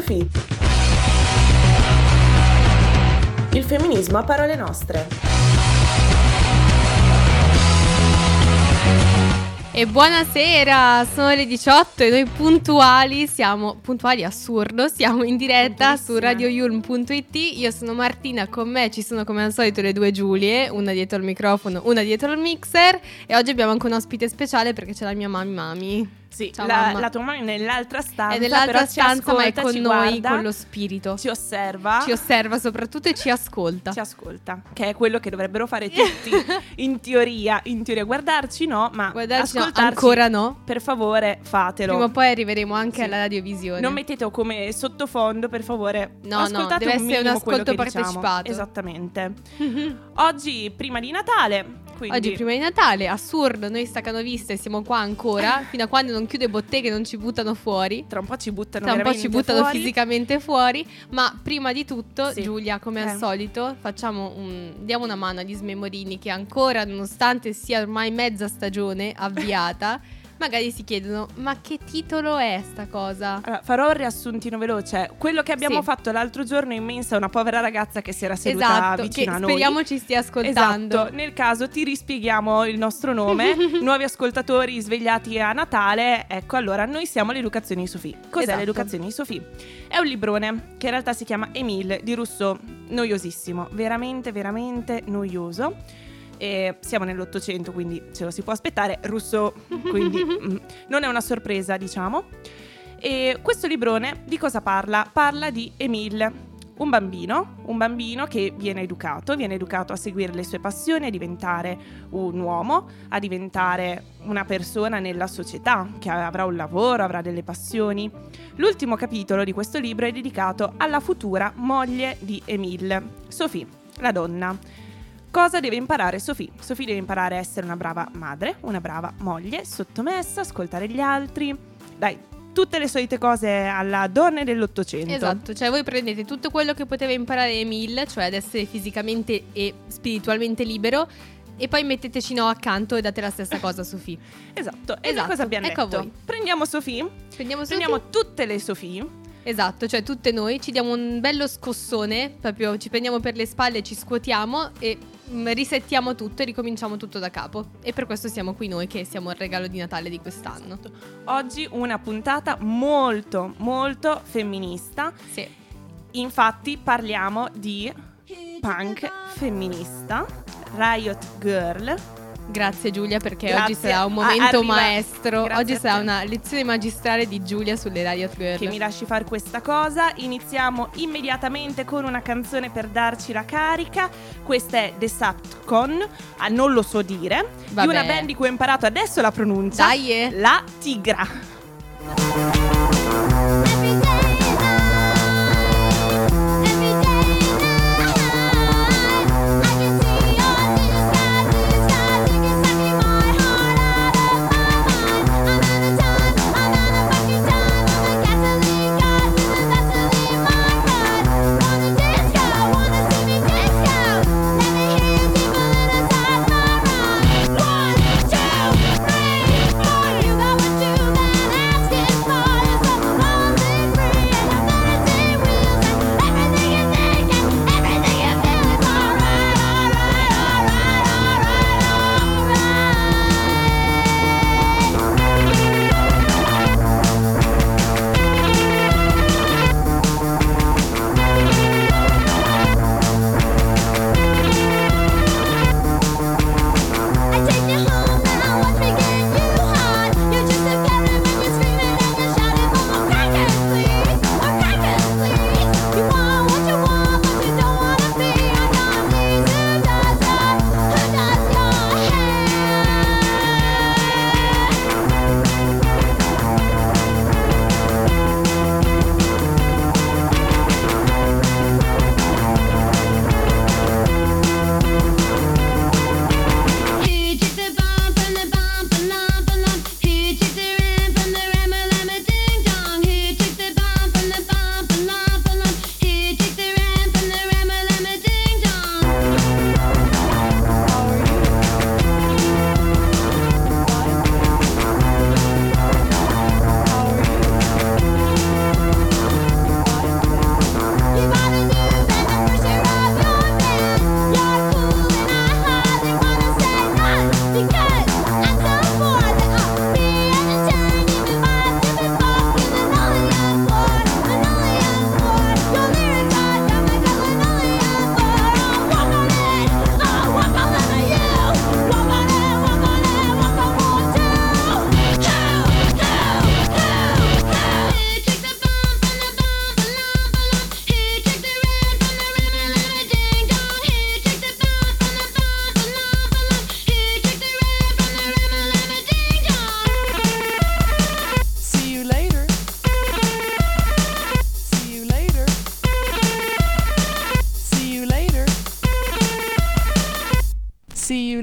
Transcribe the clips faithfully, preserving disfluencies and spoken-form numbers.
Sofì. Il femminismo a parole nostre. E buonasera, sono le diciotto e noi puntuali, siamo puntuali assurdo, siamo in diretta su radio yulm punto it. Io sono Martina, con me ci sono come al solito le due Giulie, una dietro il microfono, una dietro il mixer, e oggi abbiamo anche un ospite speciale perché c'è la mia mami mami. Sì, Ciao, la, mamma. la tua mamma è nell'altra stanza, è nell'altra però stanza, ci ascolta, ma è con ci noi, guarda, con lo spirito. Ci osserva. Ci osserva soprattutto e ci ascolta. Ci ascolta, che è quello che dovrebbero fare tutti, in teoria, in teoria. Guardarci no, ma Guardarci no, ascoltarci ancora no. per favore fatelo. Prima o poi arriveremo anche Sì. alla radiovisione. Non mettete come sottofondo, per favore. No, no, ascoltate deve un essere un minimo quello ascolto che diciamo. partecipato. Esattamente. Oggi prima di Natale, quindi Oggi prima di Natale, assurdo, noi staccanoviste siamo qua ancora fino a quando non chiude botteghe e non ci buttano fuori. tra un po' ci buttano Tra un po' veramente ci buttano fuori. fisicamente fuori. Ma prima di tutto, Sì. Giulia, come Eh. al solito, facciamo un, diamo una mano agli smemorini che ancora, nonostante sia ormai mezza stagione avviata, magari si chiedono: ma che titolo è sta cosa? Allora, farò un riassuntino veloce. Quello che abbiamo Sì. fatto l'altro giorno in mensa a una povera ragazza che si era seduta Esatto, che vicino a noi. speriamo ci stia ascoltando. Esatto, nel caso ti rispieghiamo il nostro nome. Nuovi ascoltatori svegliati a Natale. Ecco, allora, noi siamo l'Educazione di Sofì. Cos'è Esatto. l'Educazione di Sofì? È un librone che in realtà si chiama Émile di Rousseau. Noiosissimo, veramente veramente noioso. E siamo nell'Ottocento, quindi ce lo si può aspettare. Rousseau, quindi mm, non è una sorpresa, diciamo. E questo librone di cosa parla? Parla di Émile, un bambino, un bambino che viene educato, viene educato a seguire le sue passioni, a diventare un uomo, a diventare una persona nella società, che avrà un lavoro, avrà delle passioni. L'ultimo capitolo di questo libro è dedicato alla futura moglie di Émile, Sophie, la donna. Cosa deve imparare Sophie? Sophie deve imparare a essere una brava madre, una brava moglie, sottomessa, ascoltare gli altri. Dai, tutte le solite cose alla donna dell'Ottocento. Esatto, cioè voi prendete tutto quello che poteva imparare Émile, cioè ad essere fisicamente e spiritualmente libero, e poi metteteci no accanto e date la stessa cosa a Sophie. Esatto, e Esatto, cosa abbiamo ecco a detto? voi. Prendiamo Sophie, Prendiamo Sophie. prendiamo tutte le Sophie. Esatto, cioè tutte noi ci diamo un bello scossone, proprio ci prendiamo per le spalle, ci scuotiamo e mm, risettiamo tutto e ricominciamo tutto da capo. E per questo siamo qui noi, che siamo il regalo di Natale di quest'anno. Oggi una puntata molto, molto femminista. Sì. Infatti parliamo di punk femminista, Riot Girl. Grazie Giulia, perché Grazie. oggi sarà un A- momento arriva- maestro. Grazie Oggi a sarà te. una lezione magistrale di Giulia sulle Riot Girl. Che mi lasci fare questa cosa. Iniziamo immediatamente con una canzone per darci la carica. Questa è Decepticon, ah, non lo so dire, Vabbè. di una band di cui ho imparato adesso la pronuncia. Dai, eh. La Tigra. One, two, three, four. You got what you been asking for.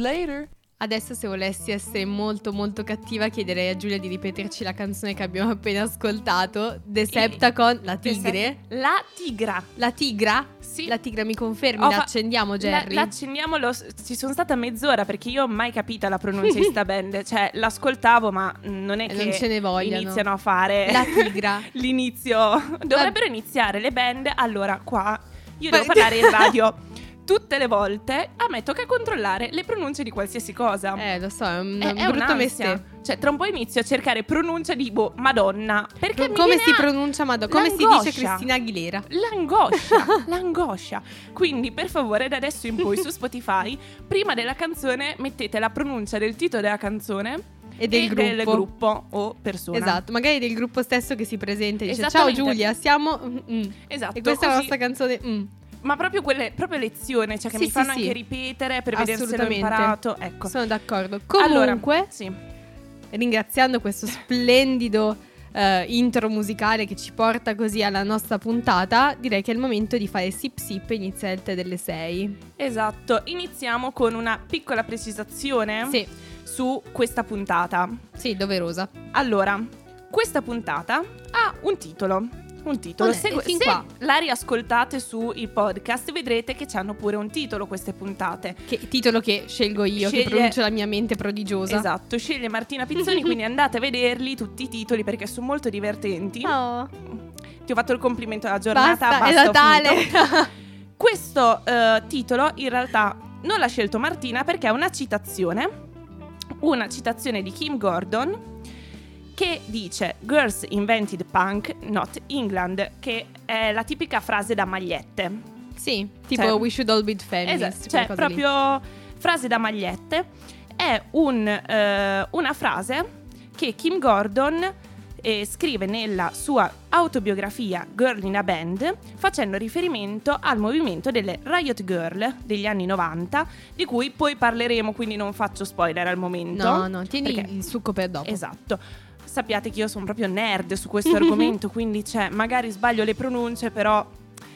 later. Adesso, se volessi essere molto molto cattiva, chiederei a Giulia di ripeterci la canzone che abbiamo appena ascoltato, Decepticon, la tigre. La tigra. La tigra? Sì. La tigra, mi confermi? Ho la fa- accendiamo, Jerry? La, l'accendiamo, lo, ci sono stata mezz'ora perché io ho mai capito la pronuncia di sta band. Cioè, l'ascoltavo, ma non è E che non ce ne vogliano. iniziano a fare La tigra. l'inizio. Dovrebbero iniziare le band. Allora, qua io devo Ma- parlare in radio tutte le volte. A me tocca controllare le pronunce di qualsiasi cosa. Eh, lo so, è un È, è brutto un'ansia. mestiere. Cioè, tra un po' inizio a cercare pronuncia di boh, Madonna. Perché mi Come viene si a- pronuncia Madonna? Come si l'angoscia. dice Cristina Aguilera? L'angoscia, l'angoscia. Quindi, per favore, da adesso in poi su Spotify, prima della canzone mettete la pronuncia del titolo della canzone E del gruppo. del gruppo o persona. Esatto, magari del gruppo stesso che si presenta e dice: ciao Esattamente. Giulia, siamo mm, mm." Esatto. E questa è la così- nostra canzone. mm. Ma proprio quelle, proprio lezione, cioè che Sì, mi sì, fanno sì. anche ripetere per vedere se l'ho Assolutamente. imparato. Ecco. Sono d'accordo. Allora, Comunque, sì. ringraziando questo splendido eh, intro musicale che ci porta così alla nostra puntata, direi che è il momento di fare sip sip e iniziare il tè delle sei. Esatto. Iniziamo con una piccola precisazione Sì, su questa puntata. sì, doverosa. Allora, questa puntata ha un titolo. Un titolo. Vabbè, Se, e fin se qua. la riascoltate sui podcast, vedrete che hanno pure un titolo queste puntate. Che titolo che scelgo io, Sceglie- che pronuncio la mia mente prodigiosa. Esatto, sceglie Martina Pizzoni, quindi andate a vederli tutti i titoli perché sono molto divertenti. Oh, Ti ho fatto il complimento della giornata, basta, basta, è ho Natale. finito. Questo eh, titolo in realtà non l'ha scelto Martina perché è una citazione, una citazione di Kim Gordon che dice "Girls invented punk, not England", che è la tipica frase da magliette. Sì, tipo Cioè- we should all be feminist. Esatto, cioè quelle cose lì. proprio frase da magliette. È un, eh, una frase che Kim Gordon eh, scrive nella sua autobiografia Girl in a Band, facendo riferimento al movimento delle Riot Girl degli anni novanta, di cui poi parleremo, quindi non faccio spoiler al momento. No, no, tieni perché- il succo per dopo. Esatto. Sappiate che io sono proprio nerd su questo argomento, quindi cioè, magari sbaglio le pronunce, però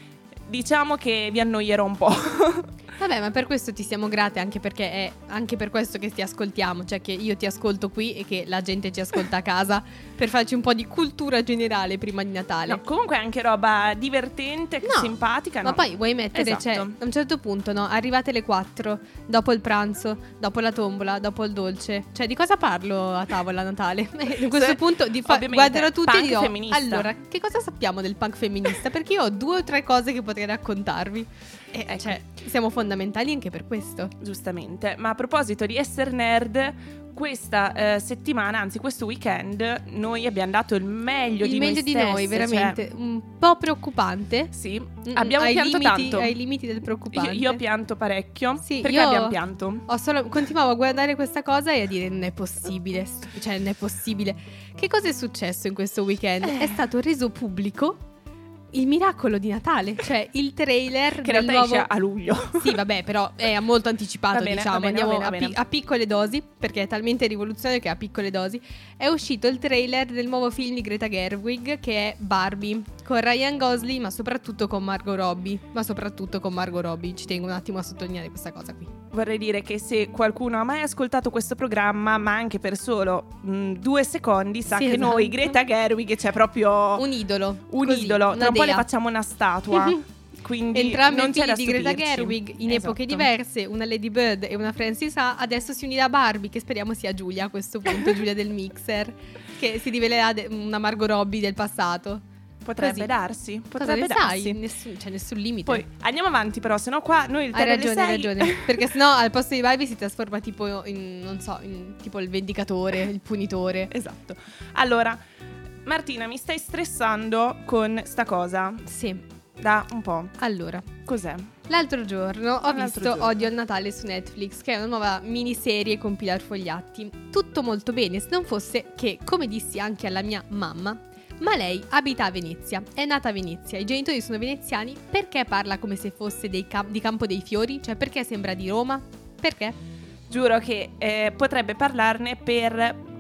diciamo che vi annoierò un po'. Vabbè, ma per questo ti siamo grate, anche perché è anche per questo che ti ascoltiamo, cioè che io ti ascolto qui e che la gente ci ascolta a casa per farci un po' di cultura generale prima di Natale. No, comunque è anche roba divertente, No, simpatica. Ma no? poi vuoi mettere, Esatto. cioè, a un certo punto, no? Arrivate le quattro, dopo il pranzo, dopo la tombola, dopo il dolce. Cioè, di cosa parlo a tavola a Natale? Eh, a questo Se- punto di fa- ovviamente, guarderò tutti e punk dirò: femminista. allora, che cosa sappiamo del punk femminista? Perché io ho due o tre cose che potrei raccontarvi. E Ecco. cioè, siamo fondamentali anche per questo. Giustamente. Ma a proposito di essere nerd, questa eh, settimana, anzi questo weekend, noi abbiamo dato il meglio Il di meglio noi di stesse, noi, cioè- veramente. Un po' preoccupante. Sì, Mm, abbiamo ai pianto limiti, tanto. Ai limiti del Io, preoccupante. io pianto parecchio. Sì, perché io- abbiamo pianto? Ho solo, continuavo a guardare questa cosa e a dire non è possibile, st- cioè non è possibile. Che cosa è successo in questo weekend? Eh. È stato reso pubblico il miracolo di Natale, cioè il trailer Che in del realtà nuovo... esce a luglio. Sì, vabbè, però è molto anticipato, Va bene, diciamo. va bene, Andiamo va bene, a, va pi- bene. a piccole dosi, perché è talmente rivoluzionario che a piccole dosi. È uscito il trailer del nuovo film di Greta Gerwig, che è Barbie, con Ryan Gosling, ma soprattutto con Margot Robbie. Ma soprattutto con Margot Robbie. Ci tengo un attimo a sottolineare questa cosa qui. Vorrei dire che se qualcuno ha mai ascoltato questo programma, ma anche per solo mh, due secondi, sa Sì, che esatto. noi, Greta Gerwig, c'è proprio Un idolo. un così, idolo. una Tra un po' le dea. facciamo una statua. Quindi Entrambi non i c'è figli da di Greta stupirci. Gerwig in Esatto. epoche diverse, una Lady Bird e una Frances Ha. Adesso si unirà a Barbie, che speriamo sia Giulia a questo punto, Giulia del Mixer, che si rivelerà de- una Margot Robbie del passato. Potrebbe Così. darsi. Cosa Potrebbe ne darsi. sai? Nessun, c'è nessun limite. Poi andiamo avanti, però, sennò qua noi il hai tè delle ragione, hai sei- ragione. Perché sennò al posto di Barbie si trasforma tipo in, non so, in tipo il vendicatore, il punitore. Esatto. Allora, Martina, mi stai stressando con sta cosa Sì, da un po'. allora. Cos'è? L'altro giorno ho L'altro visto giorno. Odio al Natale su Netflix, che è una nuova miniserie con Pilar Fogliatti. Tutto molto bene, se non fosse che, come dissi anche alla mia mamma, ma lei abita a Venezia, è nata a Venezia, i genitori sono veneziani, perché parla come se fosse dei cam- di Campo dei Fiori? Cioè, perché sembra di Roma? Perché? Giuro che eh, potrebbe parlarne per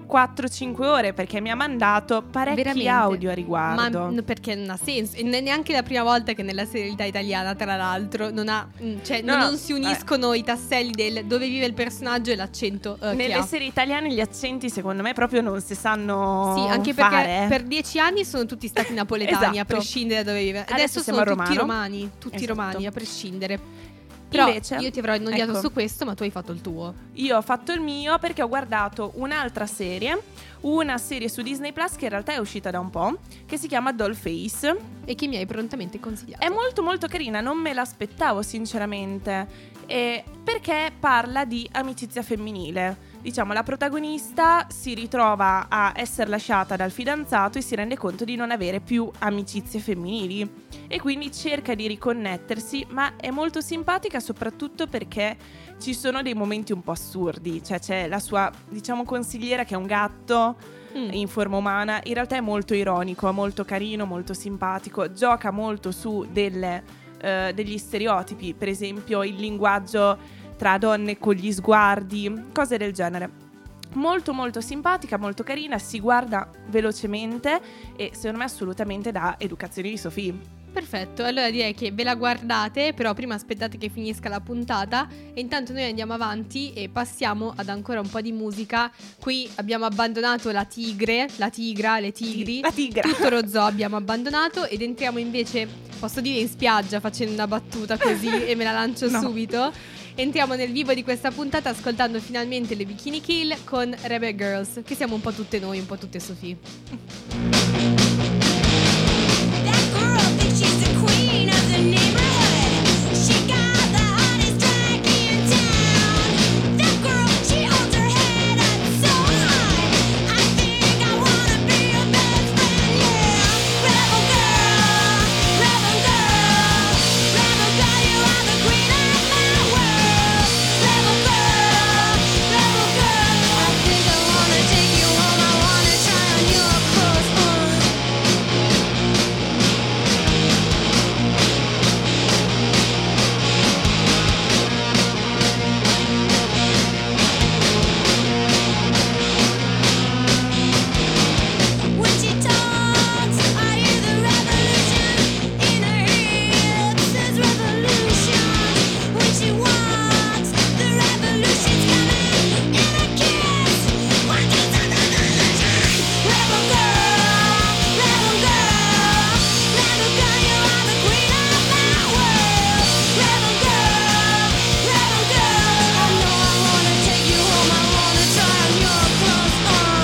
quattro cinque ore, perché mi ha mandato parecchi Veramente? audio a riguardo. Ma n- perché non ha senso. E ne- neanche la prima volta che nella serialità italiana, tra l'altro, non ha mm, cioè No, non, no, non si uniscono i tasselli del dove vive il personaggio e l'accento eh, che Nelle ha. serie italiane gli accenti secondo me proprio non si sanno Sì, anche perché fare. per dieci anni sono tutti stati napoletani, Esatto. a prescindere da dove vive. Adesso, Adesso siamo sono a tutti Romano. romani, tutti Esatto. romani, a prescindere. Però Invece, io ti avrò annoiato ecco, su questo, ma tu hai fatto il tuo. io ho fatto il mio perché ho guardato un'altra serie, una serie su Disney Plus che in realtà è uscita da un po', che si chiama Dollface. E che mi hai prontamente consigliato. È molto molto carina, non me l'aspettavo sinceramente, eh, perché parla di amicizia femminile. Diciamo, la protagonista si ritrova a essere lasciata dal fidanzato e si rende conto di non avere più amicizie femminili e quindi cerca di riconnettersi, ma è molto simpatica soprattutto perché ci sono dei momenti un po' assurdi. Cioè c'è la sua, diciamo, consigliera che è un gatto Mm. in forma umana. In realtà è molto ironico, molto carino, molto simpatico, gioca molto su delle, eh, degli stereotipi, per esempio il linguaggio tra donne con gli sguardi, cose del genere. Molto molto simpatica, molto carina, si guarda velocemente e secondo me assolutamente da educazione di Sofì. Perfetto, allora direi che ve la guardate, però prima aspettate che finisca la puntata e intanto noi andiamo avanti e passiamo ad ancora un po' di musica. Qui abbiamo abbandonato la tigre, la tigra, le tigri, La tigra. tutto lo zoo abbiamo abbandonato ed entriamo invece, posso dire in spiaggia facendo una battuta così e me la lancio No. subito. Entriamo nel vivo di questa puntata ascoltando finalmente le Bikini Kill con Rebel Girls, che siamo un po' tutte noi, un po' tutte Sofì. That girl thinks she's the queen of the neighborhood. She got the hottest drag in town. That girl, she holds her head up so high. I think I wanna be your best friend, yeah. Rebel girl, rebel girl, rebel girl, you are the queen of my world. Rebel girl, rebel girl, I think I wanna take you home. I wanna try on your clothes, uh. When she talks, I hear the revolution in her hips. Says revolution. When she walks, the revolution's coming in a kiss. What is the revolution? Rebel girl, rebel girl, rebel girl, you are the queen of my world. Rebel girl, rebel girl, I know I wanna take you home. I wanna try on your clothes, uh.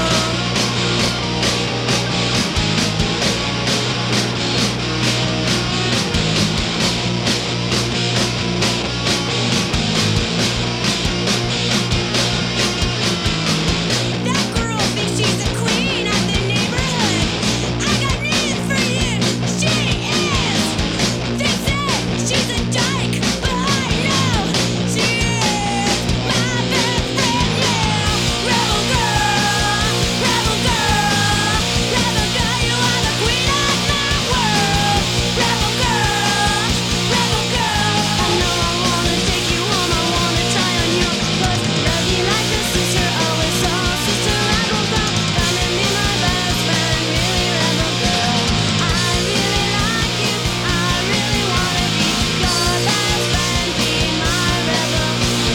That girl thinks she's the queen of the neighborhood. I got news for you. She is. They say she's a dyke, but I know she is my best friend. Yeah, rebel girl, rebel girl, rebel girl, you are the queen of my world. Rebel girl, rebel girl, I know I wanna take you home. I wanna try on your clothes. Love you like a sister, always so sister. Rebel girl, come and be my best friend. Really rebel girl, I really like you. I really wanna be your best friend. Be my rebel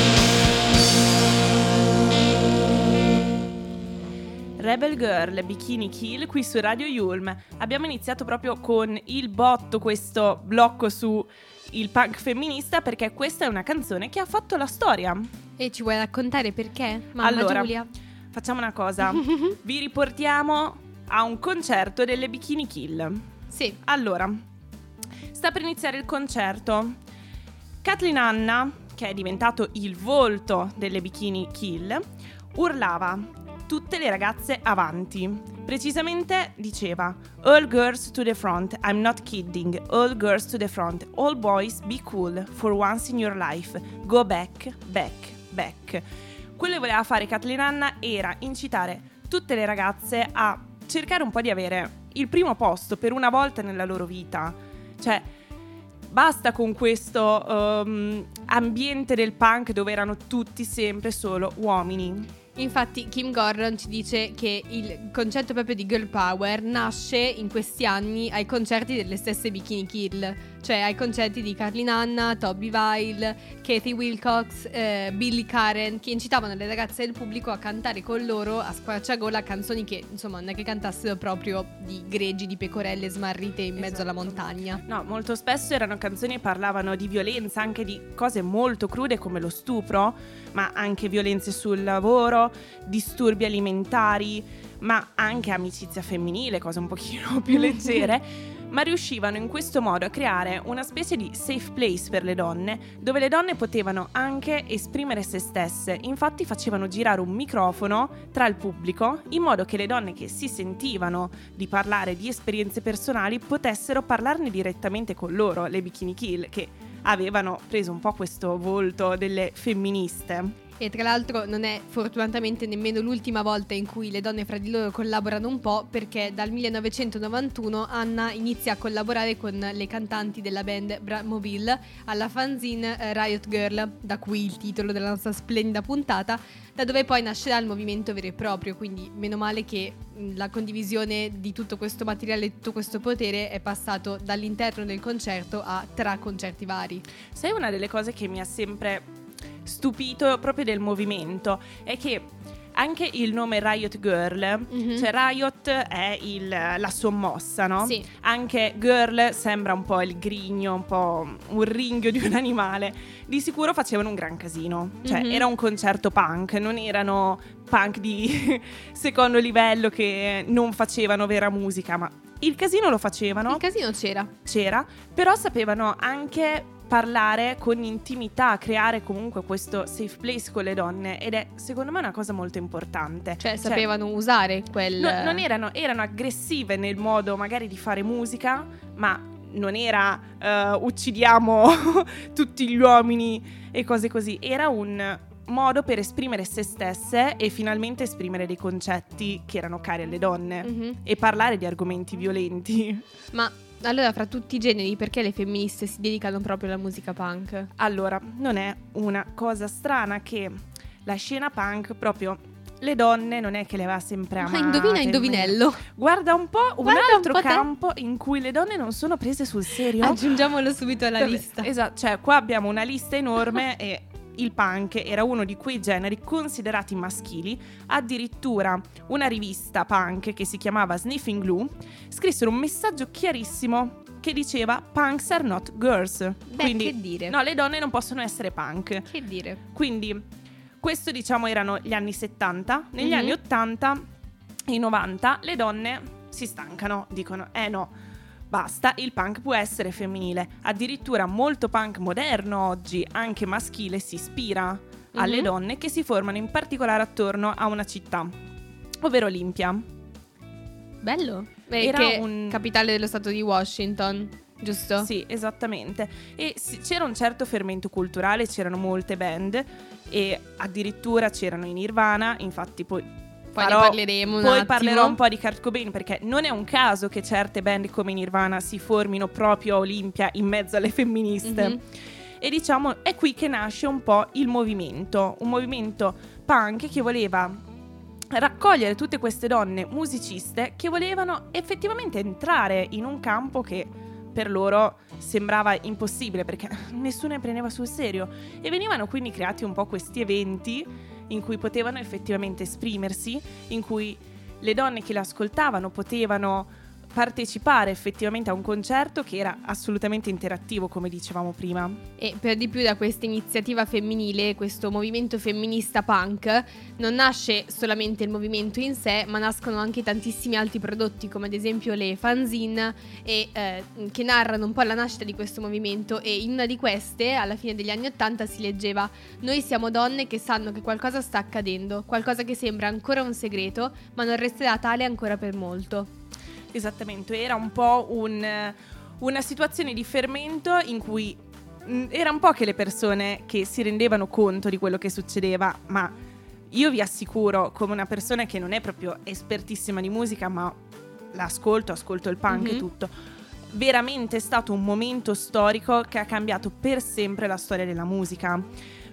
Rebel Girl, Bikini Kill qui su Radio Yulm. Abbiamo iniziato proprio con il botto questo blocco su il punk femminista perché questa è una canzone che ha fatto la storia. E ci vuoi raccontare perché? Mamma Allora, Giulia. Facciamo una cosa, vi riportiamo a un concerto delle Bikini Kill. Sì, Allora, sta per iniziare il concerto. Kathleen Hanna, che è diventato il volto delle Bikini Kill, urlava tutte le ragazze avanti. Precisamente diceva: all girls to the front, I'm not kidding, all girls to the front, all boys be cool, for once in your life, go back, back, back. Quello che voleva fare Kathleen Hanna era incitare tutte le ragazze a cercare un po' di avere il primo posto per una volta nella loro vita. Cioè, basta con questo um, ambiente del punk dove erano tutti sempre solo uomini. Infatti Kim Gordon ci dice che il concetto proprio di girl power nasce in questi anni ai concerti delle stesse Bikini Kill, cioè ai concerti di Carlin Hanna, Toby Vile, Kathy Wilcox, eh, Billy Karen, che incitavano le ragazze del pubblico a cantare con loro a squarciagola canzoni che insomma non è che cantassero proprio di greggi di pecorelle smarrite in mezzo alla montagna. No, molto spesso erano canzoni che parlavano di violenza, anche di cose molto crude come lo stupro, ma anche violenze sul lavoro, disturbi alimentari, ma anche amicizia femminile, cose un pochino più leggere. Ma riuscivano in questo modo a creare una specie di safe place per le donne, dove le donne potevano anche esprimere se stesse. Infatti facevano girare un microfono tra il pubblico, in modo che le donne che si sentivano di parlare di esperienze personali potessero parlarne direttamente con loro, le Bikini Kill, che avevano preso un po' questo volto delle femministe. E tra l'altro non è fortunatamente nemmeno l'ultima volta in cui le donne fra di loro collaborano un po', perché dal millenovecentonovantuno Anna inizia a collaborare con le cantanti della band Bratmobile alla fanzine eh, Riot Girl, da cui il titolo della nostra splendida puntata, da dove poi nascerà il movimento vero e proprio, quindi meno male che mh, la condivisione di tutto questo materiale e tutto questo potere è passato dall'interno del concerto a tra concerti vari. Sai, una delle cose che mi ha sempre stupito proprio del movimento è che anche il nome Riot Girl, Mhm. cioè Riot è il, la sommossa, no? Sì. Anche girl sembra un po' il grigno, un po' un ringhio di un animale. Di sicuro facevano un gran casino, cioè Mhm. era un concerto punk, non erano punk di secondo livello che non facevano vera musica, ma il casino lo facevano, Il casino c'era. c'era, però sapevano anche parlare con intimità, creare comunque questo safe place con le donne, ed è secondo me una cosa molto importante. Cioè sapevano usare quel... no- non erano, erano aggressive nel modo magari di fare musica, ma non era eh, uccidiamo tutti gli uomini e cose così, era un modo per esprimere se stesse e finalmente esprimere dei concetti che erano cari alle donne Mhm. e parlare di argomenti violenti. Ma allora, fra tutti i generi, perché le femministe si dedicano proprio alla musica punk? Allora, non è una cosa strana che la scena punk, proprio le donne, non è che le va sempre amate. Ma indovina, indovinello. Guarda un po' un Guarda un altro po' te. campo in cui le donne non sono prese sul serio. Aggiungiamolo subito alla Vabbè, lista. Esatto, cioè qua abbiamo una lista enorme e il punk era uno di quei generi considerati maschili. Addirittura una rivista punk che si chiamava Sniffing Glue scrissero un messaggio chiarissimo che diceva punks are not girls. Beh, Quindi che dire. no, le donne non possono essere punk. Che dire? Quindi questo diciamo erano gli anni settanta. Negli Mhm. anni ottanta e novanta le donne si stancano, dicono eh no, basta, il punk può essere femminile. Addirittura molto punk moderno oggi, anche maschile, si ispira alle Mhm. donne che si formano in particolare attorno a una città, ovvero Olimpia. Bello. Eh, Era che un- capitale dello stato di Washington, giusto? Sì, esattamente. E sì, c'era un certo fermento culturale, c'erano molte band e addirittura c'erano i Nirvana, infatti poi Poi farò- ne parleremo un Poi attimo. parlerò un po' di Kurt Cobain, perché non è un caso che certe band come i Nirvana si formino proprio a Olimpia in mezzo alle femministe. Mhm. E diciamo è qui che nasce un po' il movimento, un movimento punk che voleva raccogliere tutte queste donne musiciste che volevano effettivamente entrare in un campo che per loro sembrava impossibile perché nessuno ne prendeva sul serio, e venivano quindi creati un po' questi eventi in cui potevano effettivamente esprimersi, in cui le donne che le ascoltavano potevano partecipare effettivamente a un concerto che era assolutamente interattivo, come dicevamo prima. E per di più da questa iniziativa femminile, questo movimento femminista punk, non nasce solamente il movimento in sé, ma nascono anche tantissimi altri prodotti, come ad esempio le fanzine, e, eh, che narrano un po' la nascita di questo movimento. E in una di queste, alla fine degli anni Ottanta, si leggeva: noi siamo donne che sanno che qualcosa sta accadendo, qualcosa che sembra ancora un segreto, ma non resterà tale ancora per molto. Esattamente, era un po' un, una situazione di fermento in cui mh, era un po' che le persone che si rendevano conto di quello che succedeva, ma io vi assicuro, come una persona che non è proprio espertissima di musica, ma l'ascolto, ascolto il punk Mhm. e tutto, veramente è stato un momento storico che ha cambiato per sempre la storia della musica.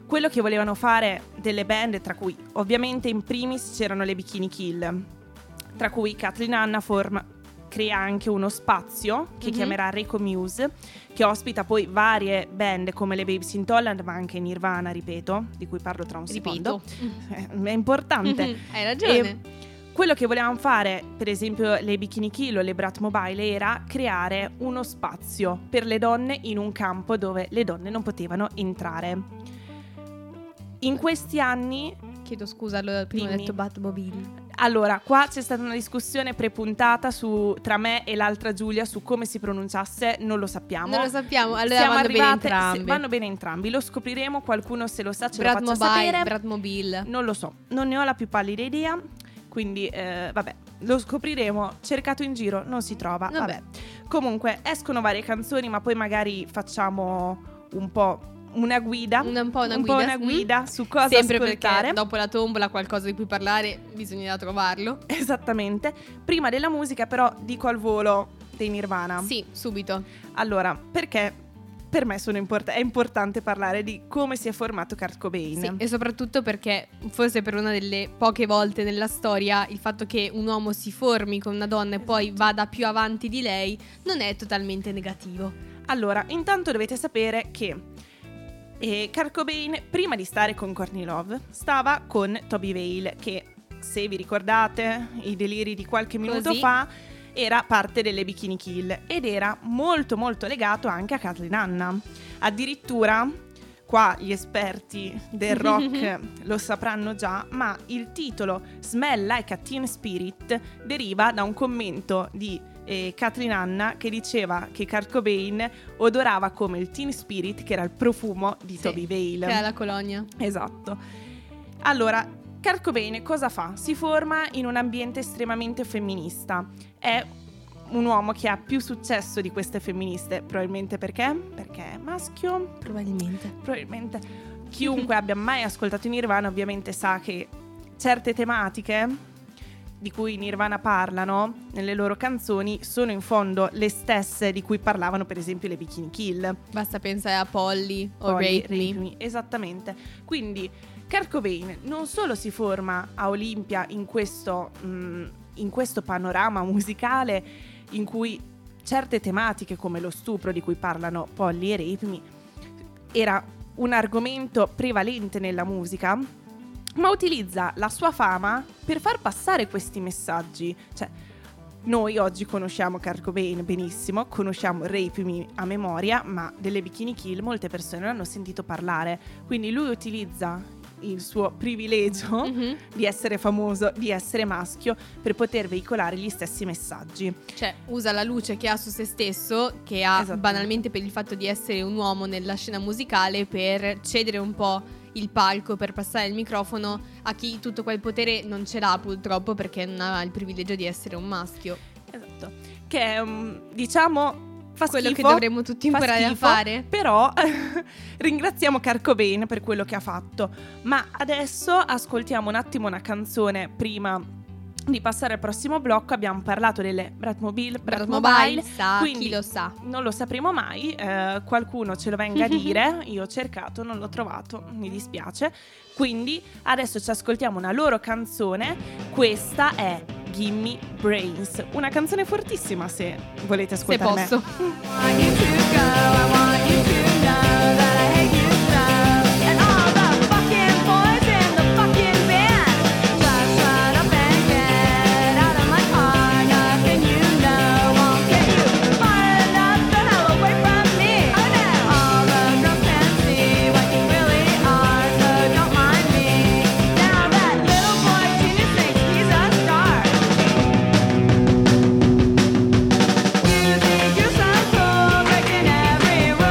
quello che volevano fare delle band, tra cui ovviamente in primis c'erano le Bikini Kill, tra cui Kathleen Hanna forma, crea anche uno spazio che Mhm. chiamerà Reiko Muse, che ospita poi varie band come le Babes in Toyland, ma anche Nirvana, ripeto, di cui parlo tra un Ripeto. secondo. Eh, È importante. Hai ragione. E quello che volevamo fare, per esempio le Bikini Kill o le Bratmobile, era creare uno spazio per le donne in un campo dove le donne non potevano entrare. In questi anni, Chiedo scusa, allora prima ho Dimmi. detto Batmobile. allora, qua c'è stata una discussione prepuntata su, tra me e l'altra Giulia su come si pronunciasse, non lo sappiamo. Non lo sappiamo, allora Siamo vanno bene arrivate- entrambi. se- vanno bene entrambi, lo scopriremo, qualcuno se lo sa ce lo faccia Bratmobile, sapere. Bratmobile. Non lo so, non ne ho la più pallida idea, quindi eh, vabbè, lo scopriremo. Cercato in giro, non si trova. Vabbè. Vabbè. Comunque escono varie canzoni, ma poi magari facciamo un po' una guida, Una- un po' una un guida, po' una mm. guida su cosa Sempre ascoltare. perché dopo la tombola qualcosa di cui parlare bisognerà trovarlo. Esattamente. Prima della musica, però, dico al volo dei Nirvana. Sì, subito. Allora, perché per me sono import- è importante parlare di come si è formato Kurt Cobain. Sì, e soprattutto perché forse per una delle poche volte nella storia il fatto che un uomo si formi con una donna e poi vada più avanti di lei non è totalmente negativo. Allora, intanto dovete sapere che eh, Kurt Cobain, prima di stare con Courtney Love, stava con Toby Vale, che, se vi ricordate i deliri di qualche minuto Così. fa, era parte delle Bikini Kill ed era molto molto legato anche a Kathleen Hanna. Addirittura, qua gli esperti del rock lo sapranno già, ma il titolo Smell Like a Teen Spirit deriva da un commento di eh, Kathleen Hanna che diceva che Kurt Cobain odorava come il Teen Spirit, che era il profumo di Sì, Toby Vale. Che è la colonia. Esatto. Allora, Kurt Cobain cosa fa? Si forma in un ambiente estremamente femminista. È un uomo che ha più successo di queste femministe, probabilmente perché? Perché è maschio, Probabilmente. probabilmente chiunque abbia mai ascoltato i Nirvana ovviamente sa che certe tematiche di cui i Nirvana parlano nelle loro canzoni sono in fondo le stesse di cui parlavano per esempio le Bikini Kill. Basta pensare a Polly o Polly, Rape Me. Rape Me, esattamente. Quindi Kurt Cobain non solo si forma a Olimpia in questo, mh, in questo panorama musicale in cui certe tematiche come lo stupro di cui parlano Polly e Rape Me era un argomento prevalente nella musica, ma utilizza la sua fama per far passare questi messaggi. Cioè, noi oggi conosciamo Kurt Cobain benissimo, conosciamo Rape Me a memoria, ma delle Bikini Kill molte persone non hanno sentito parlare. Quindi lui utilizza il suo privilegio Mhm. di essere famoso, di essere maschio, per poter veicolare gli stessi messaggi. Cioè, usa la luce che ha su se stesso, che ha Esattamente. banalmente per il fatto di essere un uomo nella scena musicale, per cedere un po' il palco, per passare il microfono a chi tutto quel potere non ce l'ha purtroppo perché non ha il privilegio di essere un maschio. Esatto. Che è, um, diciamo, fa Quello schifo, che dovremmo tutti fa imparare schifo, a fare. Però ringraziamo Kurt Cobain per quello che ha fatto. Ma adesso ascoltiamo un attimo una canzone prima di passare al prossimo blocco. Abbiamo parlato delle Bratmobile, Bratmobile, Bratmobile, sa, quindi chi lo sa. non lo sapremo mai, eh, qualcuno ce lo venga a dire. Io ho cercato, non l'ho trovato, mi dispiace. Quindi adesso ci ascoltiamo una loro canzone. Questa è Gimme Brains, una canzone fortissima se volete Se ascoltare me. posso. want you to go, I want you to know that I hate you so. And all the fucking boys in the fucking band just shut up and get out of my car. Nothing you know won't get you far enough the hell away from me. Oh no! All the girls can see what you really are, so don't mind me. Now that little boy Junior thinks he's a star. You think you're so cool, breaking every rule.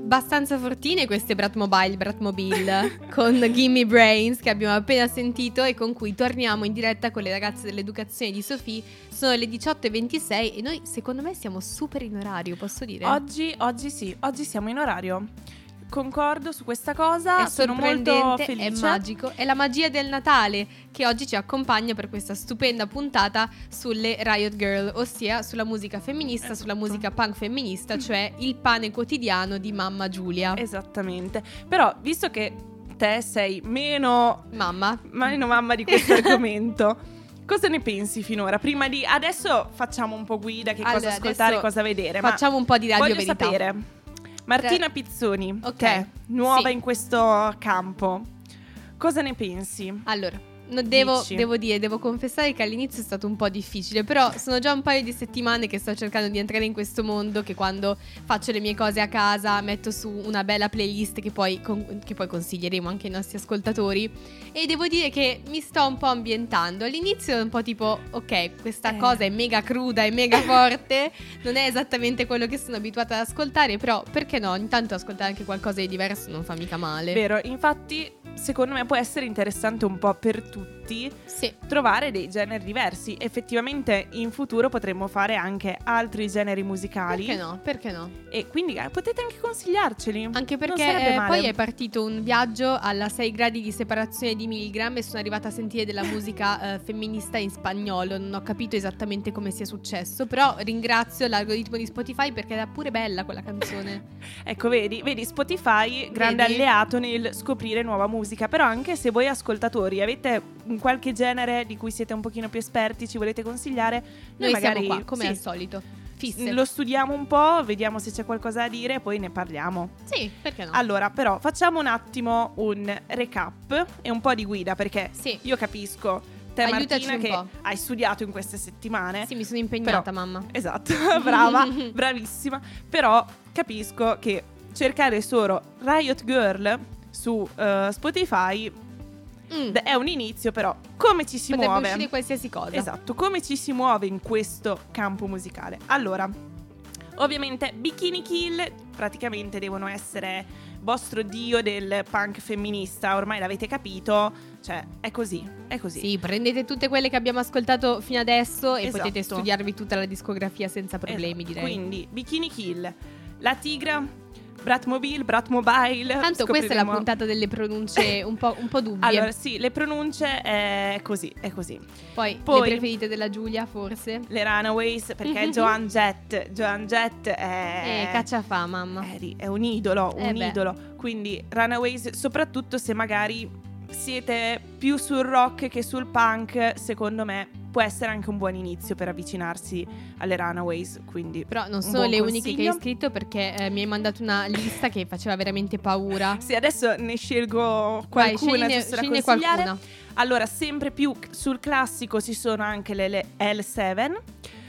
abbastanza fortine queste Bratmobile, Bratmobile con Gimme Brains che abbiamo appena sentito e con cui torniamo in diretta con le ragazze dell'educazione di Sofì. Sono le diciotto e ventisei e noi secondo me siamo super in orario, posso dire? Oggi, oggi sì, oggi siamo in orario. Concordo su questa cosa, È sono molto sorprendente, felice. è magico, è la magia del Natale che oggi ci accompagna per questa stupenda puntata sulle Riot Girl, ossia sulla musica femminista, Esatto. sulla musica punk femminista, cioè il pane quotidiano di mamma Giulia. Esattamente. Però, visto che te sei meno, Mamma. meno mamma di questo argomento, cosa ne pensi finora? Prima di... Adesso facciamo un po' guida, che Allora, cosa ascoltare, adesso cosa vedere. Facciamo un po' di ma radio voglio verità. sapere, Martina Pizzoni, Ok. che è nuova Sì. in questo campo, cosa ne pensi? Allora, no, devo, Dici. devo dire, devo confessare che all'inizio è stato un po' difficile, però sono già un paio di settimane che sto cercando di entrare in questo mondo, che quando faccio le mie cose a casa metto su una bella playlist che poi, con- che poi consiglieremo anche ai nostri ascoltatori, e devo dire che mi sto un po' ambientando. All'inizio è un po' tipo, ok, questa Eh. cosa è mega cruda, è mega forte, non è esattamente quello che sono abituata ad ascoltare, però perché no, ogni tanto ascoltare anche qualcosa di diverso non fa mica male. Vero, infatti secondo me può essere interessante un po' per tutti Sì. trovare dei generi diversi. Effettivamente in futuro potremmo fare anche altri generi musicali. Perché no? Perché no? E quindi eh, potete anche consigliarceli. Anche Non perché sarebbe eh, male. poi è partito un viaggio alla sei gradi di separazione di Milgram e sono arrivata a sentire della musica eh, femminista in spagnolo. Non ho capito esattamente come sia successo, però ringrazio l'algoritmo di Spotify perché era pure bella quella canzone. Ecco, vedi, vedi Spotify, grande Vedi? alleato nel scoprire nuova musica. Però anche se voi ascoltatori avete un qualche genere di cui siete un pochino più esperti, ci volete consigliare, noi, Noi magari siamo qua, come sì, al solito. Fisse. lo studiamo un po', vediamo se c'è qualcosa da dire e poi ne parliamo. Sì, perché no? Allora, però, facciamo un attimo un recap e un po' di guida, perché Sì. io capisco te, Aiutaci Martina, un che po'. hai studiato in queste settimane. Sì, mi sono impegnata, Però- mamma. Esatto, brava, bravissima. Però capisco che cercare solo Riot Girl su eh, Spotify Mm. d- è un inizio, però come ci si Potrebbe muove? uscire qualsiasi cosa. Esatto, come ci si muove in questo campo musicale? Allora, ovviamente Bikini Kill praticamente devono essere vostro dio del punk femminista, ormai l'avete capito, cioè è così, è così. Sì, prendete tutte quelle che abbiamo ascoltato fino adesso e Esatto. potete studiarvi tutta la discografia senza problemi, Esatto. direi. Quindi Bikini Kill, La Tigra, Bratmobile, Bratmobile. Tanto questa è la scopriremo- puntata delle pronunce un po', un po' dubbie. Allora sì, le pronunce è così, è così. Poi, poi- le preferite della Giulia, forse? Le Runaways, perché Joan Jett, Joan Jett è... Eh, caccia fa, mamma. è, ri- è un idolo, un Eh beh. idolo. Quindi Runaways, soprattutto se magari siete più sul rock che sul punk, secondo me può essere anche un buon inizio per avvicinarsi alle Runaways. Quindi Però non un sono buon le uniche che consiglio. hai scritto perché eh, mi hai mandato una lista che faceva veramente paura. Sì, adesso ne scelgo Vai, qualcuna scegliene- giusto da scegliene consigliare. qualcuna. Allora, sempre più c- sul classico ci sono anche le, le L sette.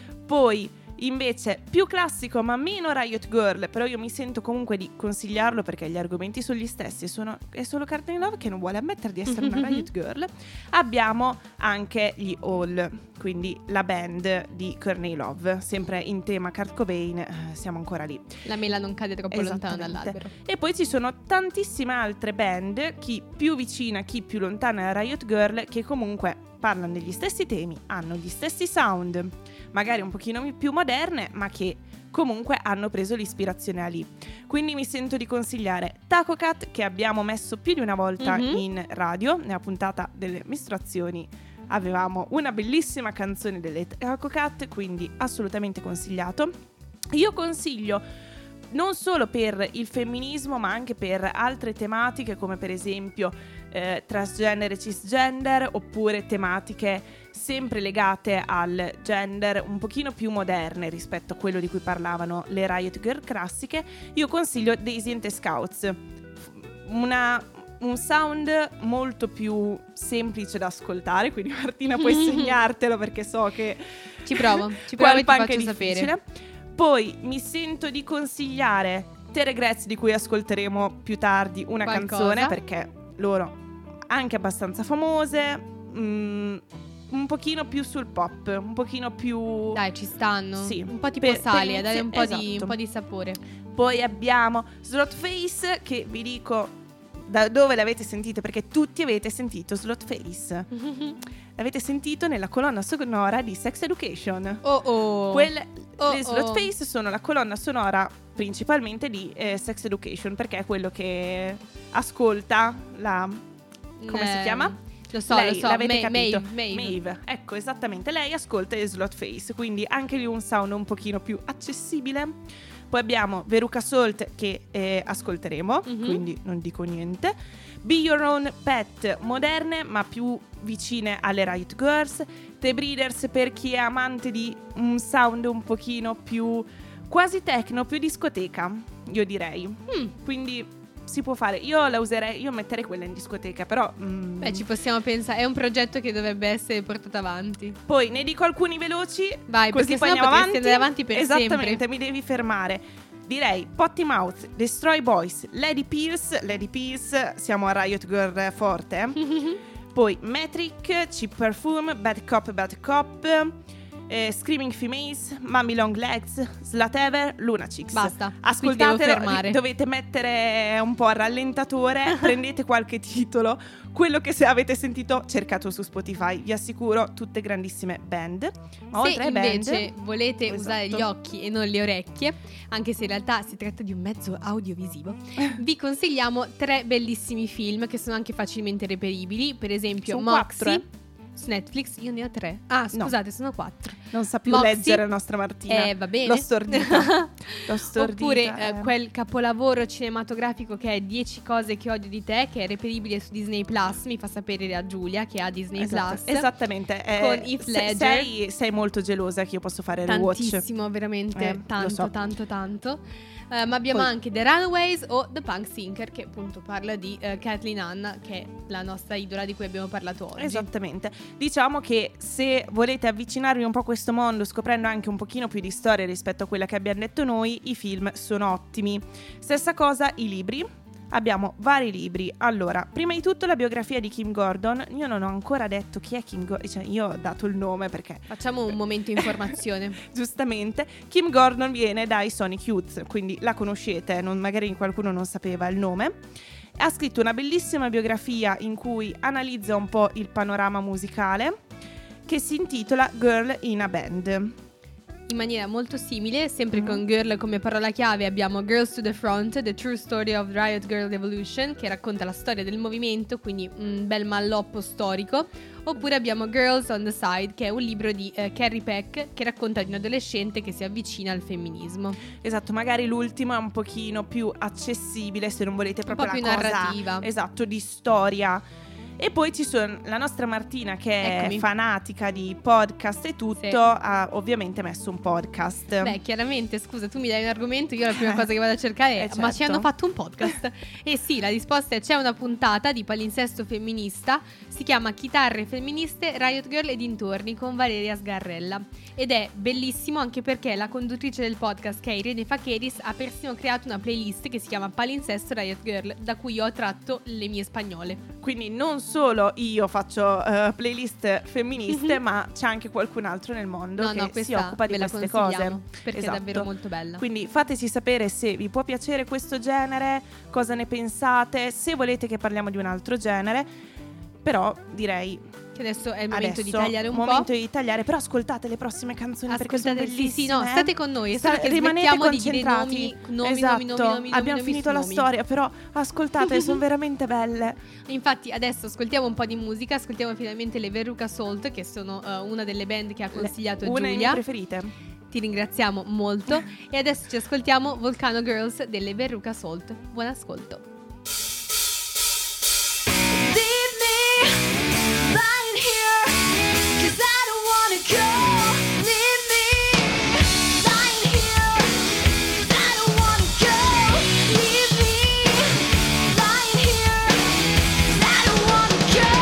Poi invece più classico ma meno Riot Girl, però io mi sento comunque di consigliarlo perché gli argomenti sono gli stessi, sono, è solo Courtney Love che non vuole ammettere di essere una Riot Girl. Abbiamo anche gli All, quindi la band di Courtney Love, sempre in tema Kurt Cobain, eh, siamo ancora lì. La mela non cade troppo lontano Esattamente. dall'albero. E poi ci sono tantissime altre band, chi più vicina, chi più lontana da Riot Girl, che comunque parlano degli stessi temi, hanno gli stessi sound, magari un pochino più moderne, ma che comunque hanno preso l'ispirazione da lì. Quindi mi sento di consigliare Taco Cat, che abbiamo messo più di una volta Mhm. in radio, nella puntata delle mestruazioni. Avevamo una bellissima canzone delle Taco Cat, quindi assolutamente consigliato. Io consiglio non solo per il femminismo, ma anche per altre tematiche come per esempio eh, transgender e cisgender, oppure tematiche sempre legate al gender un pochino più moderne rispetto a quello di cui parlavano le Riot Girl classiche. Io consiglio Daisy and the Scouts, una un sound molto più semplice da ascoltare, quindi Martina puoi segnartelo perché so che Ci provo, ci qua provo il e ti punk è faccio difficile. sapere. Poi mi sento di consigliare The Regrets, di cui ascolteremo più tardi una Qualcosa. canzone, perché loro anche abbastanza famose, mm, un pochino più sul pop, un pochino più... Dai, ci stanno. Sì. Un po' tipo Per- sali, per a dare un po', inizio- di, esatto. un po' di sapore. Poi abbiamo Slotface, che vi dico da dove l'avete sentito, perché tutti avete sentito Slotface. L'avete sentito nella colonna sonora di Sex Education. Oh oh. Quel- Oh, le oh. Slotface sono la colonna sonora principalmente di eh, Sex Education, perché è quello che ascolta la... come si Eh, chiama? Lo so, Lei, lo so. l'avete Ma- capito? Maeve, Maeve. Ecco, esattamente, lei ascolta le Slotface, quindi anche lì un sound un pochino più accessibile. Poi abbiamo Veruca Salt, che eh, ascolteremo, Mhm. quindi non dico niente. Be Your Own Pet, moderne ma più vicine alle Riot Girls. The Breeders, per chi è amante di un sound un pochino più quasi techno, più discoteca, io direi. Mm. Quindi si può fare. Io la userei, io metterei quella in discoteca, però mm, Beh, ci possiamo pensare. È un progetto che dovrebbe essere portato avanti. poi ne dico alcuni veloci. Vai, così perché poi sennò andiamo potresti avanti. andare avanti per Esattamente, sempre. mi devi fermare. Direi Potty Mouth, Destroy Boys, Lady Pierce. Lady Pierce, siamo a Riot Girl forte. eh. Poi Metric, Cheap Perfume, Bad Cop, Bad Cop, eh, Screaming Females, Mummy Long Legs, Slatever, Lunatics. Basta. Qui ti devo Ascoltatelo, fermare. li- dovete mettere un po' a rallentatore, prendete qualche titolo, quello che se avete sentito cercato su Spotify, vi assicuro, tutte grandissime band. Ma Se oltre ai band, invece volete Esatto. usare gli occhi e non le orecchie, anche se in realtà si tratta di un mezzo audiovisivo, vi consigliamo tre bellissimi film che sono anche facilmente reperibili. Per esempio Sono Moxie quattro, su Netflix. Io ne ho tre. Ah, No. scusate, sono quattro. non sa più Moxie. leggere la nostra Martina. Eh, va bene. L'ho stordita. L'ho stordita. Oppure eh, eh. quel capolavoro cinematografico che è dieci cose che odio di te, che è reperibile su Disney Plus. Mi fa sapere da Giulia che ha Disney Esatto, Plus. esattamente. eh, Con Heath se- Ledger. sei, sei molto gelosa che io posso fare il rewatch. Tantissimo, veramente Eh, lo tanto, so. tanto, tanto. Eh, ma abbiamo Poi- anche The Runaways o The Punk Sinker, che appunto parla di eh, Kathleen Hanna, che è la nostra idola di cui abbiamo parlato oggi. Esattamente. Diciamo che se volete avvicinarvi un po' a questo mondo, scoprendo anche un pochino più di storia rispetto a quella che abbiamo detto noi, i film sono ottimi. Stessa cosa i libri. Abbiamo vari libri. Allora, prima di tutto la biografia di Kim Gordon. Io non ho ancora detto chi è Kim Gordon, cioè io ho dato il nome perché Facciamo un momento informazione. giustamente Kim Gordon viene dai Sonic Youth, quindi la conoscete, non- magari qualcuno non sapeva il nome. Ha scritto una bellissima biografia in cui analizza un po' il panorama musicale, che si intitola Girl in a Band. In maniera molto simile, sempre Mhm. con girl come parola chiave, abbiamo Girls to the Front, The True Story of Riot Girl Revolution, che racconta la storia del movimento, quindi un bel malloppo storico. Oppure abbiamo Girls on the Side, che è un libro di eh, Carrie Peck, che racconta di un adolescente che si avvicina al femminismo. Esatto, magari l'ultimo è un pochino più accessibile se non volete Un proprio po' la più cosa, narrativa. esatto, di storia. E poi ci sono la nostra Martina che Eccomi. è fanatica di podcast e tutto, Sì. ha ovviamente messo un podcast. Beh, chiaramente, scusa, tu mi dai un argomento, io la prima cosa che vado a cercare è Eh, ma ci certo. hanno fatto un podcast? E sì, la risposta è: c'è una puntata di palinsesto femminista, si chiama Chitarre femministe, Riot Girl e dintorni, con Valeria Sgarrella, ed è bellissimo anche perché la conduttrice del podcast, che è Irene Facheris, ha persino creato una playlist che si chiama Palinsesto Riot Girl, da cui io ho tratto le mie spagnole. Quindi non solo io faccio eh, playlist femministe, ma c'è anche qualcun altro nel mondo No, che no, si questa occupa di ve la queste consigliamo, cose. perché Esatto. è davvero molto bella. Quindi fateci sapere se vi può piacere questo genere, cosa ne pensate, se volete che parliamo di un altro genere. Però direi Che adesso è il momento adesso di tagliare un momento po'. di tagliare, però ascoltate le prossime canzoni perché sono Ascoltate, sì, bellissime. sì, no, state con noi, è Sta- solo che rimanete smettiamo di dire concentrati. nomi, nomi, esatto. nomi, nomi, nomi, Abbiamo nomi, finito nomi la su storia, però ascoltate, sono veramente belle. Infatti adesso ascoltiamo un po' di musica, ascoltiamo finalmente le Veruca Salt, che sono eh, una delle band che ha consigliato Una delle mie Giulia. preferite. Ti ringraziamo molto. E adesso ci ascoltiamo Volcano Girls delle Veruca Salt. Buon ascolto. Leave me lying here, 'cause I don't wanna go. Leave me lying here, 'cause I don't wanna go. Leave me lying here, 'cause I don't wanna go.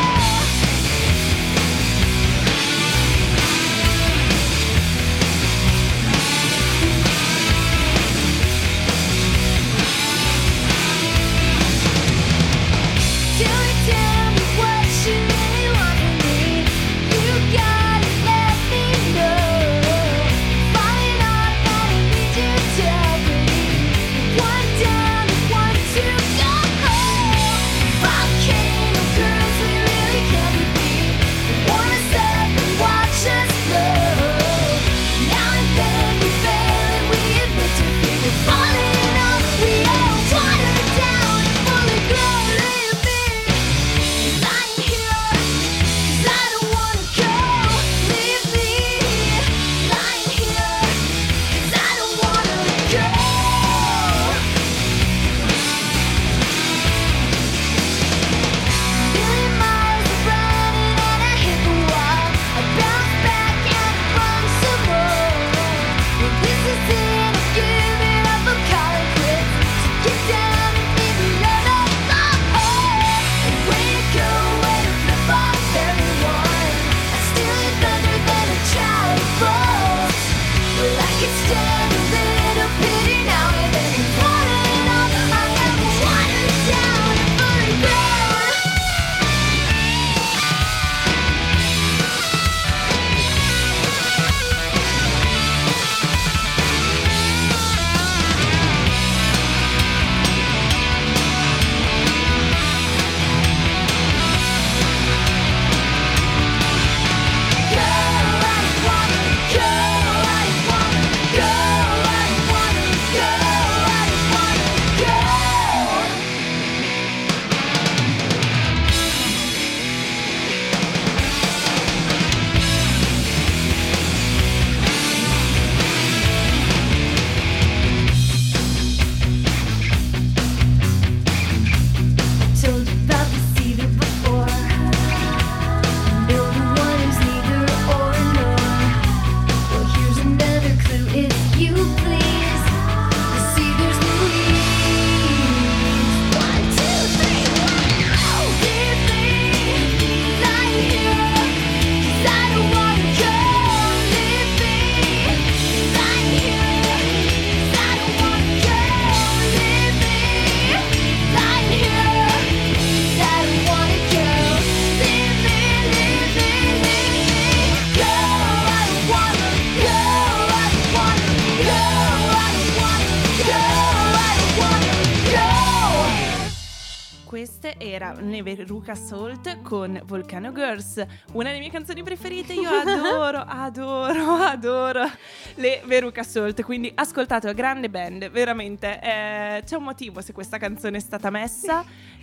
queste erano le Veruca Salt con Volcano Girls, una delle mie canzoni preferite. Io adoro, adoro, adoro le Veruca Salt, quindi ascoltate, grande band, veramente. Eh, c'è un motivo se questa canzone è stata messa.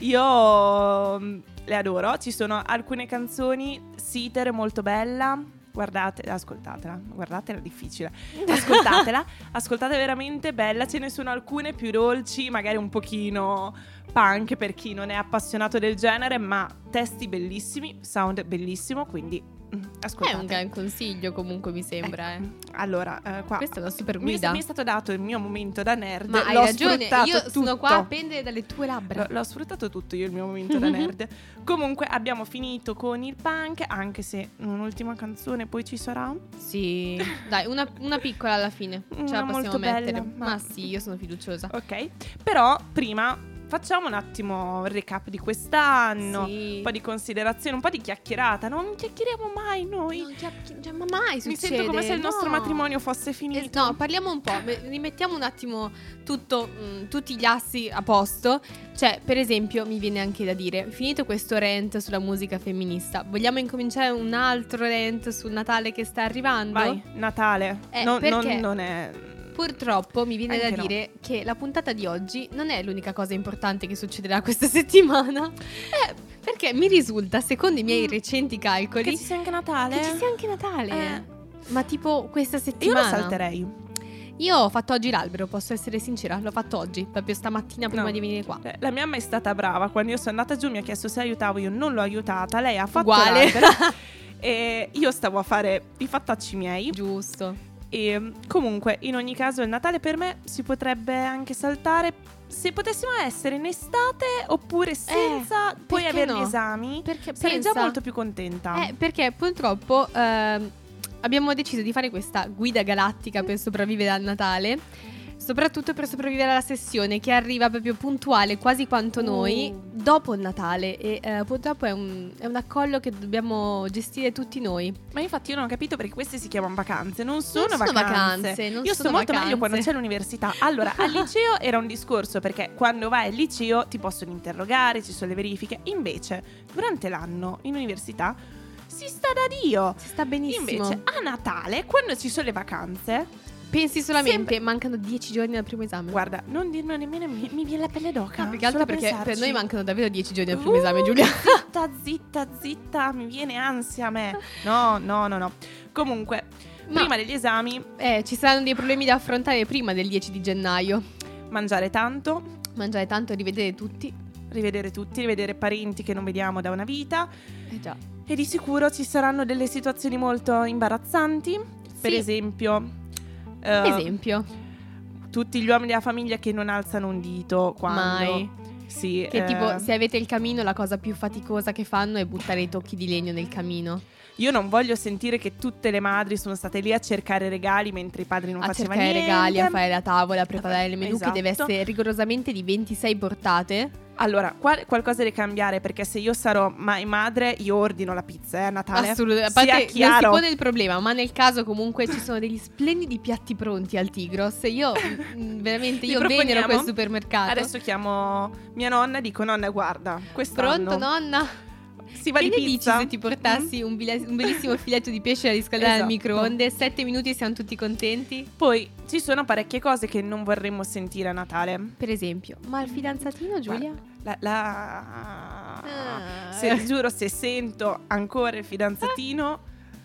Io mm, le adoro. Ci sono alcune canzoni, Siter è molto bella. Guardate, ascoltatela, guardatela, difficile. Ascoltatela, ascoltate, veramente bella. Ce ne sono alcune più dolci, magari un pochino punk per chi non è appassionato del genere, ma testi bellissimi, sound bellissimo, quindi mm, ascoltate. È un gran consiglio comunque, mi sembra. Ecco. Eh. Allora, eh, qua Questa è una super mi, guida. mi è stato dato il mio momento da nerd. Ma hai l'ho ragione, sfruttato io sono tutto. qua a pendere dalle tue labbra. L- L'ho sfruttato tutto io il mio momento da nerd. Comunque abbiamo finito con il punk, anche se un'ultima canzone poi ci sarà. Sì, dai, una, una piccola alla fine. Ce Una la possiamo molto mettere. bella, ma... ma- sì, io sono fiduciosa. Ok, però prima facciamo un attimo il recap di quest'anno. Sì. Un po' di considerazione, un po' di chiacchierata. Non chiacchieriamo mai noi. Non chiacchi- cioè, ma mai Mi succede. sento come se il nostro no. matrimonio fosse Eh, finito. No, parliamo un po', me- rimettiamo un attimo tutto, mh, tutti gli assi a posto. Cioè, per esempio, mi viene anche da dire, finito questo rant sulla musica femminista, vogliamo incominciare un altro rant sul Natale che sta arrivando? Vai, Natale. Eh, non, non- perché- non è. Purtroppo mi viene Anche da no. dire che la puntata di oggi non è l'unica cosa importante che succederà questa settimana. Eh, perché mi risulta, secondo i miei Mm. recenti calcoli, Che ci sia anche Natale. che ci sia anche Natale. Eh. Ma tipo questa Io settimana. lo salterei. Io ho fatto oggi l'albero, posso essere sincera, l'ho fatto oggi, proprio stamattina prima No. di venire qua. Cioè, la mia mamma è stata brava. Quando io sono andata giù mi ha chiesto se aiutavo. Io non l'ho aiutata. Lei ha fatto Uguale. l'albero. E io stavo a fare i fattacci miei. Giusto. E comunque, in ogni caso, il Natale per me si potrebbe anche saltare se potessimo essere in estate oppure senza poi perché avere no? gli esami. Perché Sarei pensa- già molto più contenta. Eh, perché purtroppo ehm, abbiamo deciso di fare questa guida galattica per sopravvivere al Natale. Soprattutto per sopravvivere alla sessione che arriva proprio puntuale, quasi quanto noi, Uh. dopo il Natale. E eh, purtroppo è un, è un accollo che dobbiamo gestire tutti noi. Ma infatti io non ho capito perché queste si chiamano vacanze. Non sono, sono vacanze. vacanze, non io sono sto molto vacanze. meglio quando c'è l'università. Allora, al liceo era un discorso perché quando vai al liceo ti possono interrogare, ci sono le verifiche. Invece, durante l'anno in università si sta da Dio. Si sta benissimo. Invece, a Natale, quando ci sono le vacanze, Pensi solamente, Sembra- mancano dieci giorni al primo esame. guarda, non dirlo nemmeno, mi, mi viene la pelle d'oca. No, più che altro solo a perché per pensarci. noi mancano davvero dieci giorni al primo Uh, esame, Giulia. Zitta, zitta, zitta, mi viene ansia a me. No, no, no, no. Comunque, Ma- prima degli esami, Eh, ci saranno dei problemi da affrontare prima del dieci di gennaio. mangiare tanto, Mangiare tanto e rivedere tutti. rivedere tutti, rivedere parenti che non vediamo da una vita. Eh già. E di sicuro ci saranno delle situazioni molto imbarazzanti. Per Sì. esempio, eh, Esempio. tutti gli uomini della famiglia che non alzano un dito quando... Mai. Sì, Che eh, tipo, se avete il camino, la cosa più faticosa che fanno è buttare i tocchi di legno nel camino. io non voglio sentire che tutte le madri sono state lì a cercare regali mentre i padri non A facevano cercare niente. regali, a fare la tavola, a preparare il menù Esatto. che deve essere rigorosamente di ventisei portate. Allora, qua qualcosa deve cambiare perché se io sarò mai madre, io ordino la pizza eh, a Natale. Assolutamente. A Sia parte non si chiaro. pone il problema, ma nel caso comunque ci sono degli splendidi piatti pronti al Tigros. Io mm, veramente Vi io venero proponiamo? quel supermercato. Adesso chiamo mia nonna e dico: nonna, guarda, quest'anno Pronto, nonna? si va Che di ne dici pizza. se ti portassi un, bile- un bellissimo filetto di pesce da riscaldare al Esatto. microonde? Sette minuti e siamo tutti contenti? Poi ci sono parecchie cose che non vorremmo sentire a Natale. Per esempio, ma il fidanzatino, Giulia? La, la... Ah. Se, giuro, se sento ancora il fidanzatino,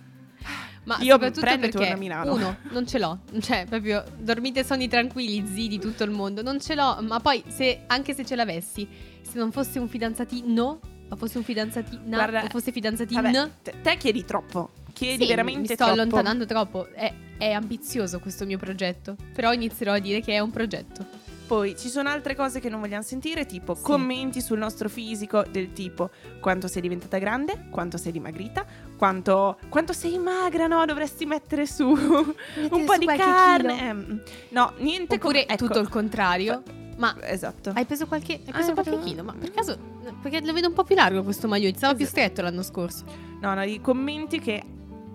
Ma io soprattutto prendo e perché, torno a Milano. uno, non ce l'ho. Cioè, proprio, dormite sonni tranquilli, zii di tutto il mondo. Non ce l'ho, ma poi, se anche se ce l'avessi, se non fosse un fidanzatino, ma fosse un fidanzatino, Guarda, o fosse fidanzatin, vabbè, te, te chiedi troppo. Chiedi sì, veramente mi sto troppo. allontanando troppo. È, è ambizioso questo mio progetto. Però inizierò a dire che è un progetto. Poi ci sono altre cose che non vogliamo sentire, tipo Sì. commenti sul nostro fisico del tipo: quanto sei diventata grande, quanto sei dimagrita, quanto, quanto sei magra, no, dovresti mettere su un po' su di qualche carne. chilo. Ehm, no, niente Oppure com- ecco. tutto il contrario. Ma Esatto. hai preso qualche, hai preso Ah, qualche no. chilo? Ma per caso, perché lo vedo un po' più largo questo maglione, stava più Esatto. stretto l'anno scorso. No, no, i commenti che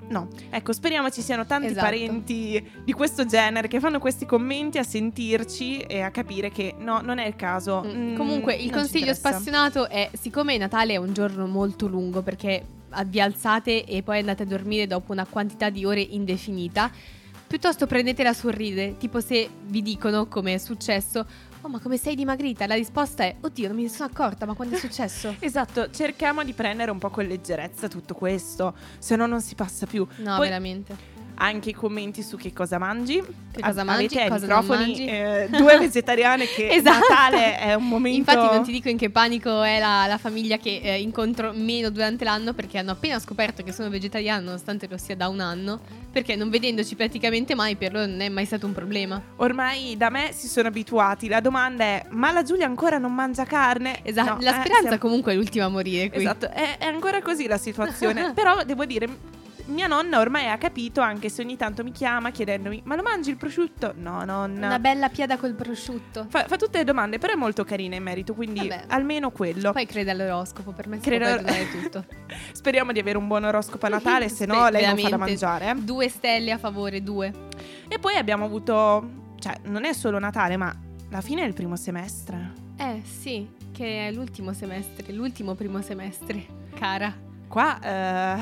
no. Ecco, speriamo ci siano tanti Esatto. parenti di questo genere che fanno questi commenti a sentirci e a capire che no, non è il caso. Mm. Mm, Comunque il non ci consiglio interessa. spassionato è, siccome Natale è un giorno molto lungo perché vi alzate e poi andate a dormire dopo una quantità di ore indefinita, piuttosto prendetela sul ridere, tipo se vi dicono, come è successo, oh ma come sei dimagrita? La risposta è, oddio non mi sono accorta, ma quando è successo? Esatto, cerchiamo di prendere un po' con leggerezza tutto questo, se no non si passa più. No, Poi veramente. anche i commenti su che cosa mangi. Che cosa A- mangi, avete ai cosa non microfoni mangi. eh, due vegetariane che Esatto. Natale è un momento. Infatti non ti dico in che panico è la, la famiglia che eh, incontro meno durante l'anno, perché hanno appena scoperto che sono vegetariano nonostante lo sia da un anno, perché non vedendoci praticamente mai per loro non è mai stato un problema. Ormai da me si sono abituati. La domanda è: ma la Giulia ancora non mangia carne? Esatto, No, la eh, speranza siamo- comunque è l'ultima a morire qui. Esatto, è, è ancora così la situazione. Però devo dire, mia nonna ormai ha capito, anche se ogni tanto mi chiama chiedendomi: ma lo mangi il prosciutto? No, nonna. Una bella piada col prosciutto. Fa, fa tutte le domande, però è molto carina in merito, quindi Vabbè. almeno quello. Poi crede all'oroscopo, per me si Credo- può perdonare tutto. Speriamo di avere un buon oroscopo a Natale, se no Spe- lei non fa da veramente. mangiare. eh. Due stelle a favore, due. E poi abbiamo avuto, cioè non è solo Natale, ma la fine del primo semestre. Eh sì, che è l'ultimo semestre, l'ultimo primo semestre, cara. Qua, eh,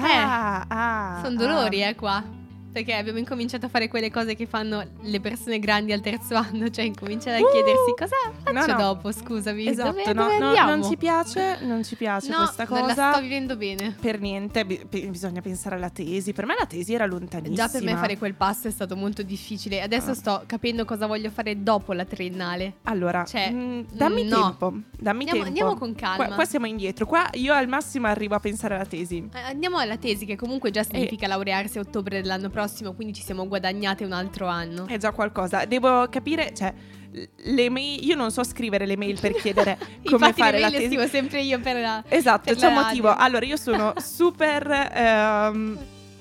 ah, ah, Sono dolori, eh, qua. Perché abbiamo incominciato a fare quelle cose che fanno le persone grandi al terzo anno, cioè incominciare a Uh! chiedersi cosa faccio No, no. dopo, scusami. Esatto, dove, no, dove no, andiamo? non ci piace, non ci piace No, questa non cosa. la sto vivendo bene. Per niente, bi- bi- bisogna pensare alla tesi. Per me la tesi era lontanissima. Già per me fare quel passo è stato molto difficile. Adesso Ah. sto capendo cosa voglio fare dopo la triennale. Allora, Cioè, mh, dammi no. tempo. Dammi Andiamo, tempo. andiamo con calma. Qua, qua siamo indietro. Qua io al massimo arrivo a pensare alla tesi. Eh, Andiamo alla tesi, che comunque già significa laurearsi a ottobre dell'anno prossimo, quindi ci siamo guadagnate un altro anno. È già qualcosa. Devo capire, cioè, le mail. Io non so scrivere le mail per chiedere come Infatti fare le la mail le tesi. scrivo sempre io per la... Esatto, per c'è un la motivo. radio. Allora, io sono super. ehm,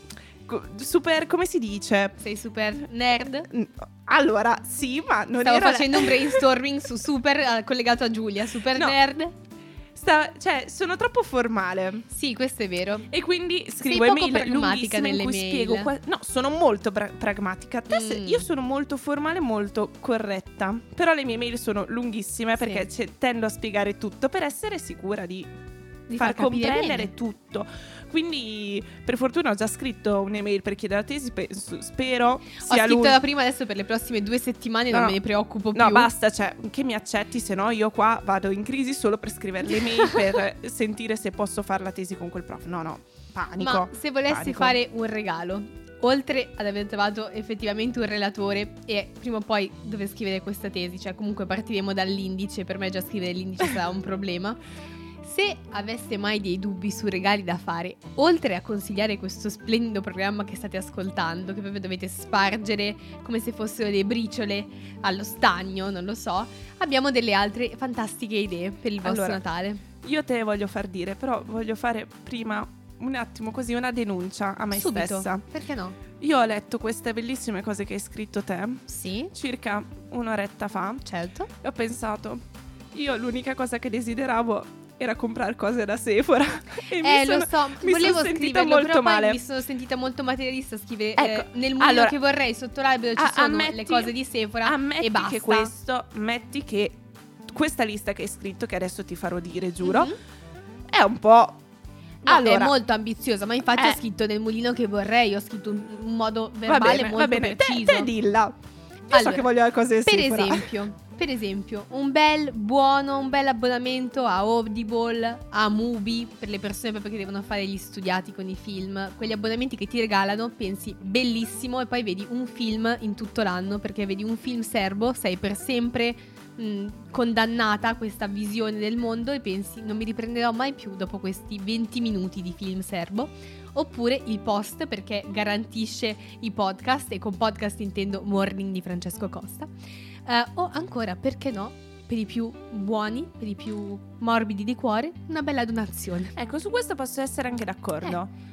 co- super, come si dice? Sei super nerd. Mm, Allora, sì, ma non Stavo era. facendo un brainstorming su super eh, collegato a Giulia, super No. nerd. Sta- cioè, sono troppo formale. Sì, questo è vero. E quindi scrivo poco email pragmatica lunghissime in nelle cui mail. spiego qua- No, sono molto pra- pragmatica. Te se- Mm. Io sono molto formale, molto corretta. Però le mie mail sono lunghissime Sì. perché ce- tendo a spiegare tutto per essere sicura di, Di far, far capire comprendere bene. tutto. Quindi per fortuna ho già scritto un'email per chiedere la tesi, pe- s- spero Ho sia scritto lui. la prima, adesso per le prossime due settimane No, non no. me ne preoccupo più. No, basta, cioè, che mi accetti, se no io qua vado in crisi solo per scrivere le mail per sentire se posso fare la tesi con quel prof. No, no, panico. Ma se volessi panico. fare un regalo, oltre ad aver trovato effettivamente un relatore e prima o poi dove scrivere questa tesi, cioè comunque partiremo dall'indice, per me già scrivere l'indice sarà un problema. Se aveste mai dei dubbi su regali da fare, oltre a consigliare questo splendido programma che state ascoltando, che proprio dovete spargere come se fossero delle briciole allo stagno, non lo so, abbiamo delle altre fantastiche idee per il vostro Allora, Natale. Io te voglio far dire, però voglio fare prima un attimo così una denuncia a me Subito, stessa. perché no? Io ho letto queste bellissime cose che hai scritto te Sì, circa un'oretta fa certo. e ho pensato, io l'unica cosa che desideravo era comprare cose da Sephora e mi Eh, sono, lo so, mi volevo sono sentita scriverlo, molto però male. poi mi sono sentita molto materialista a scrivere Ecco, eh, nel mulino allora, che vorrei, sotto l'albero ci a- sono ammetti- le cose di Sephora ammetti e basta. che questo, metti che questa lista che hai scritto, che adesso ti farò dire, giuro, Mhm. è un po'. No, allora, è molto ambiziosa, ma infatti Eh. ho scritto nel mulino che vorrei, ho scritto un, un modo va verbale bene, molto va bene, te, preciso. te dilla. Io so Allora, che voglio le cose Per Sephora. esempio, per esempio, un bel buono, un bel abbonamento a Audible, a Mubi, per le persone proprio che devono fare gli studiati con i film, quegli abbonamenti che ti regalano, pensi bellissimo e poi vedi un film in tutto l'anno, perché vedi un film serbo, sei per sempre mh, condannata a questa visione del mondo e pensi non mi riprenderò mai più dopo questi venti minuti di film serbo. Oppure il Post, perché garantisce i podcast, e con podcast intendo Morning di Francesco Costa. Eh, o ancora, perché no, per i più buoni, per i più morbidi di cuore, una bella donazione. Ecco, su questo posso essere anche d'accordo.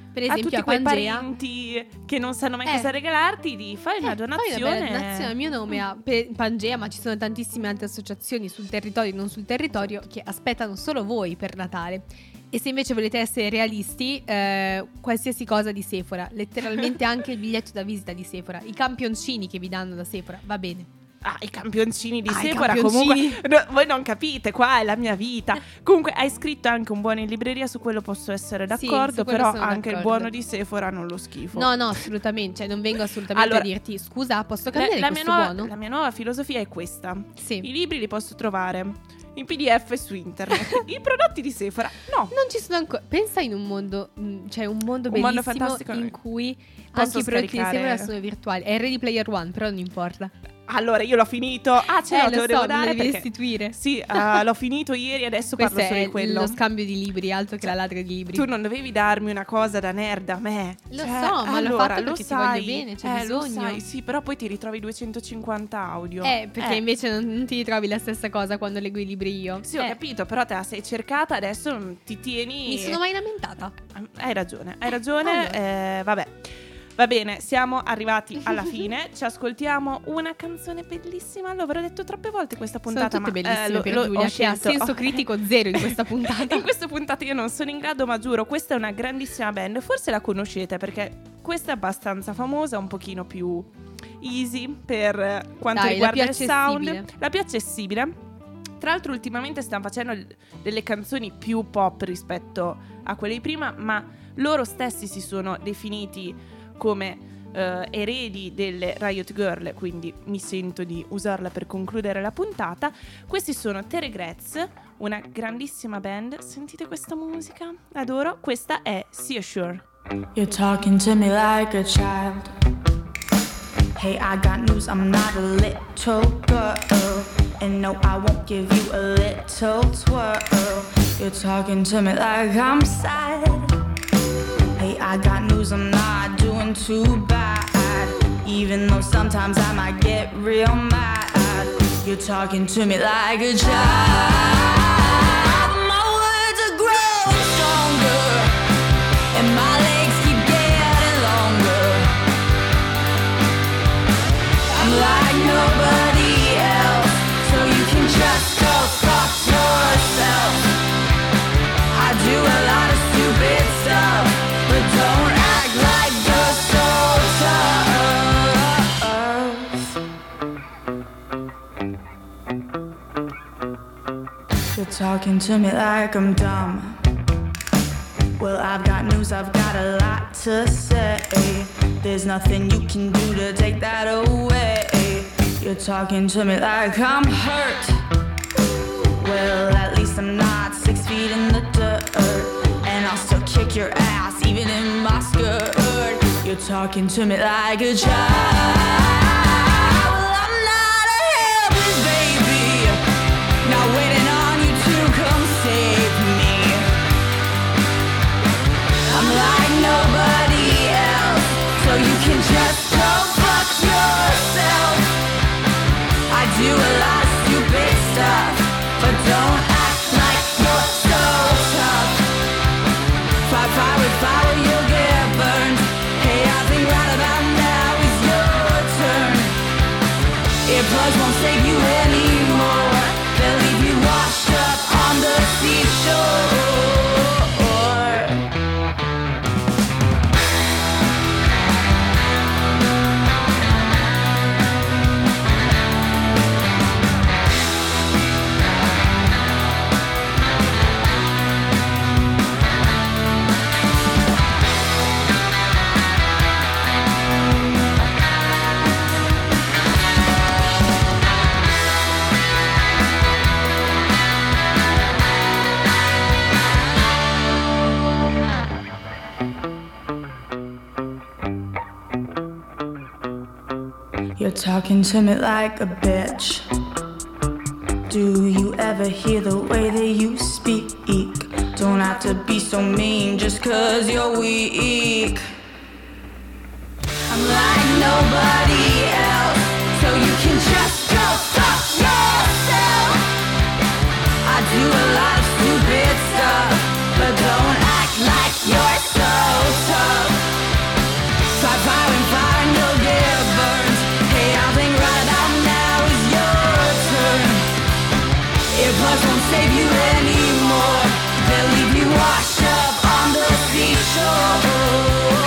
Per a esempio tutti a quei Pangea parenti che non sanno mai Eh. cosa regalarti, di fai una Eh, donazione. Fai una bella donazione a mio nome a Pe- Pangea, ma ci sono tantissime altre associazioni sul territorio e non sul territorio che aspettano solo voi per Natale. E se invece volete essere realisti, eh, qualsiasi cosa di Sephora, letteralmente anche il biglietto da visita di Sephora, i campioncini che vi danno da Sephora, va bene. Ah, i campioncini di Ah, i Sephora, campioncini. comunque no, voi non capite, qua è la mia vita. Comunque hai scritto anche un buono in libreria, su quello posso essere Sì, d'accordo, su quello però sono anche il d'accordo. buono di Sephora non lo schifo. No, no, assolutamente, cioè non vengo assolutamente Allora, a dirti scusa, posso La, cambiare la mia questo nuova, buono? la mia nuova filosofia è questa. Sì. I libri li posso trovare in P D F su internet. I prodotti di Sephora no. Non ci sono ancora. Pensa in un mondo, mh, cioè un mondo Un mondo bellissimo fantastico. in cui Posso anche i prodotti di scaricare- Sephora sono virtuali. È Ready Player One, però non importa. Allora io l'ho finito. Ah, ce eh, l'ho, te lo lo devo so, me lo dare devi perché restituire. sì, eh, l'ho finito ieri, adesso Questo parlo solo è di quello. lo scambio di libri, altro che la ladra di libri. Tu non dovevi darmi una cosa da nerd a me. Lo Cioè, so, ma l'ho allora, fatto lo perché ti sai, voglio bene, c'è eh, lo bisogno. sai, sì, però poi ti ritrovi duecentocinquanta audio. Eh, perché Eh, invece non, non ti ritrovi la stessa cosa quando leggo i libri io. Sì, ho Eh, capito, però te la sei cercata, adesso non ti tieni. Mi sono mai lamentata. Hai ragione, hai ragione. Allora. eh, vabbè. Va bene, siamo arrivati alla fine. Ci ascoltiamo una canzone bellissima. L'avrò detto troppe volte questa puntata. Sono tutte ma, bellissime eh, lo- per lo- Giulia, ho che ha scelto- senso ho- critico zero in questa puntata. In questa puntata io non sono in grado, ma giuro, questa è una grandissima band. Forse la conoscete perché questa è abbastanza famosa, un pochino più easy per eh, quanto Dai, la riguarda più il sound. accessibile. La più accessibile. Tra l'altro ultimamente stanno facendo l- delle canzoni più pop rispetto a quelle di prima, ma loro stessi si sono definiti come eh, eredi delle Riot Girl, quindi mi sento di usarla per concludere la puntata. Questi sono The Regrets, una grandissima band. Sentite questa musica? Adoro. Questa è Seashore. You're talking to me like a child. Hey, I got news, I'm not a little girl. And no, I won't give you a little twirl. You're talking to me like I'm sad. Hey, I got news, I'm not doing too bad. Even though sometimes I might get real mad. You're talking to me like a child. My words are growing stronger. And my legs keep getting longer. I'm like nobody else, so you can just go fuck yourself. I do a lot of stupid stuff, but don't act like you're so tough. You're talking to me like I'm dumb. Well, I've got news, I've got a lot to say. There's nothing you can do to take that away. You're talking to me like I'm hurt. Well, at least I'm not six feet in the dirt. And I'll still kick your ass, even in my skirt. You're talking to me like a child. Well, I'm not a helpless baby, not waiting on you to come save me. I'm like nobody else, so you can just go fuck yourself. I do a lot of stupid stuff, but don't act like you're so tough. Fight fire with fire, you'll get burned. Hey, I think right about now is your turn. Earplugs won't save you anymore. They'll leave you washed up on the seashore. You're talking to me like a bitch. Do you ever hear the way that you speak? Don't have to be so mean just cause you're weak. I'm like nobody else, so you can just go fuck yourself. I do a lot of stupid stuff, but don't act like you're so tough. Earplugs won't save you anymore. They'll leave you washed up on the seashore.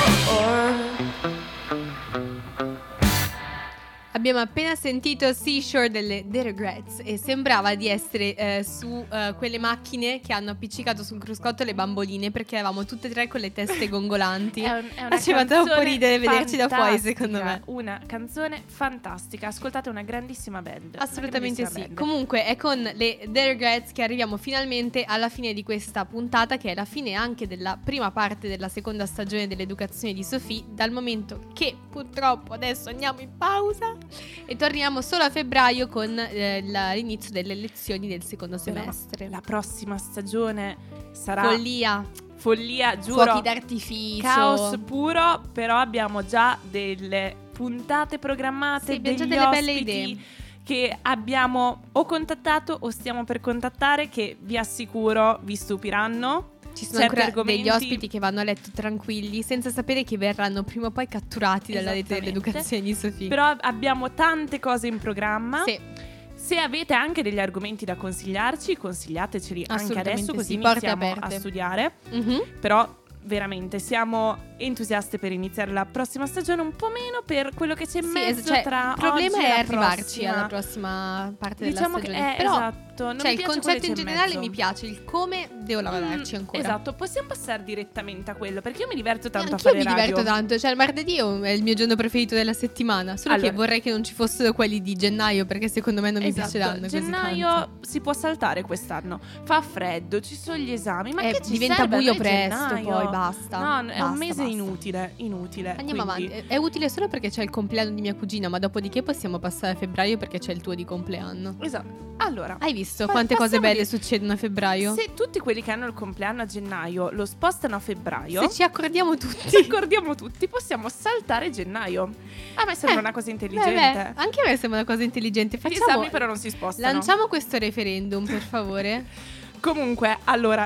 Abbiamo appena sentito Seashore delle The Regrets e sembrava di essere eh, su eh, quelle macchine che hanno appiccicato sul cruscotto le bamboline, perché eravamo tutte e tre con le teste gongolanti. È, un, è una Faceva canzone troppo ridere vederci da fuori, fantastica, secondo me. Una canzone fantastica. Ascoltate, una grandissima band. una Assolutamente grandissima sì. band. Comunque è con le The Regrets che arriviamo finalmente alla fine di questa puntata, che è la fine anche della prima parte della seconda stagione dell'educazione di Sophie, dal momento che purtroppo adesso andiamo in pausa e torniamo solo a febbraio con eh, la- l'inizio delle lezioni del secondo Però semestre. La prossima stagione sarà Follia, follia, giuro. fuochi d'artificio, Caos puro, però abbiamo già delle puntate programmate, Sì, abbiamo già degli delle belle ospiti idee. che abbiamo o contattato o stiamo per contattare, che vi assicuro vi stupiranno. Ci sono certi ancora argomenti- degli ospiti che vanno a letto tranquilli, senza sapere che verranno prima o poi catturati dalla rete Esattamente. dell'educazione di Sophie. Però abbiamo tante cose in programma. Sì, Se avete anche degli argomenti da consigliarci, consigliateceli anche Assolutamente adesso, così sì, porte iniziamo aperte. a studiare. Mhm. Però veramente siamo entusiaste per iniziare la prossima stagione, un po' meno per quello che c'è in Sì, mezzo cioè, tra il problema oggi è e la arrivarci prossima. alla prossima parte Diciamo della che stagione. è Però esatto, non cioè, mi il piace concetto quello in che c'è in generale mezzo. mi piace, il come devo lavorarci Mm, ancora. Esatto, possiamo passare direttamente a quello, perché io mi diverto tanto Anch'io a fare mi diverto radio. tanto, cioè il martedì è il mio giorno preferito della settimana, solo Allora- che vorrei che non ci fossero quelli di gennaio, perché secondo me non mi Esatto, piaceranno così gennaio tanto. si può saltare quest'anno. Fa freddo, ci sono gli esami, ma Eh, che ci diventa serve? buio A me presto, gennaio? poi basta. No, è Basta, un mese basta. inutile, inutile. Andiamo quindi- avanti, è utile solo perché c'è il compleanno di mia cugina, ma dopodiché possiamo passare a febbraio perché c'è il tuo di compleanno. Esatto. Allora, Hai visto Pa- quante cose passiamo belle di- succedono a febbraio? se tutti quelli che hanno il compleanno a gennaio lo spostano a febbraio, Se ci accordiamo ci tutti. accordiamo tutti, possiamo saltare gennaio. A me sembra Eh, una cosa Beh, intelligente. beh, anche a me sembra una cosa intelligente. Gli Facciamo, esami però non si spostano. lanciamo questo referendum, per favore. Comunque, allora,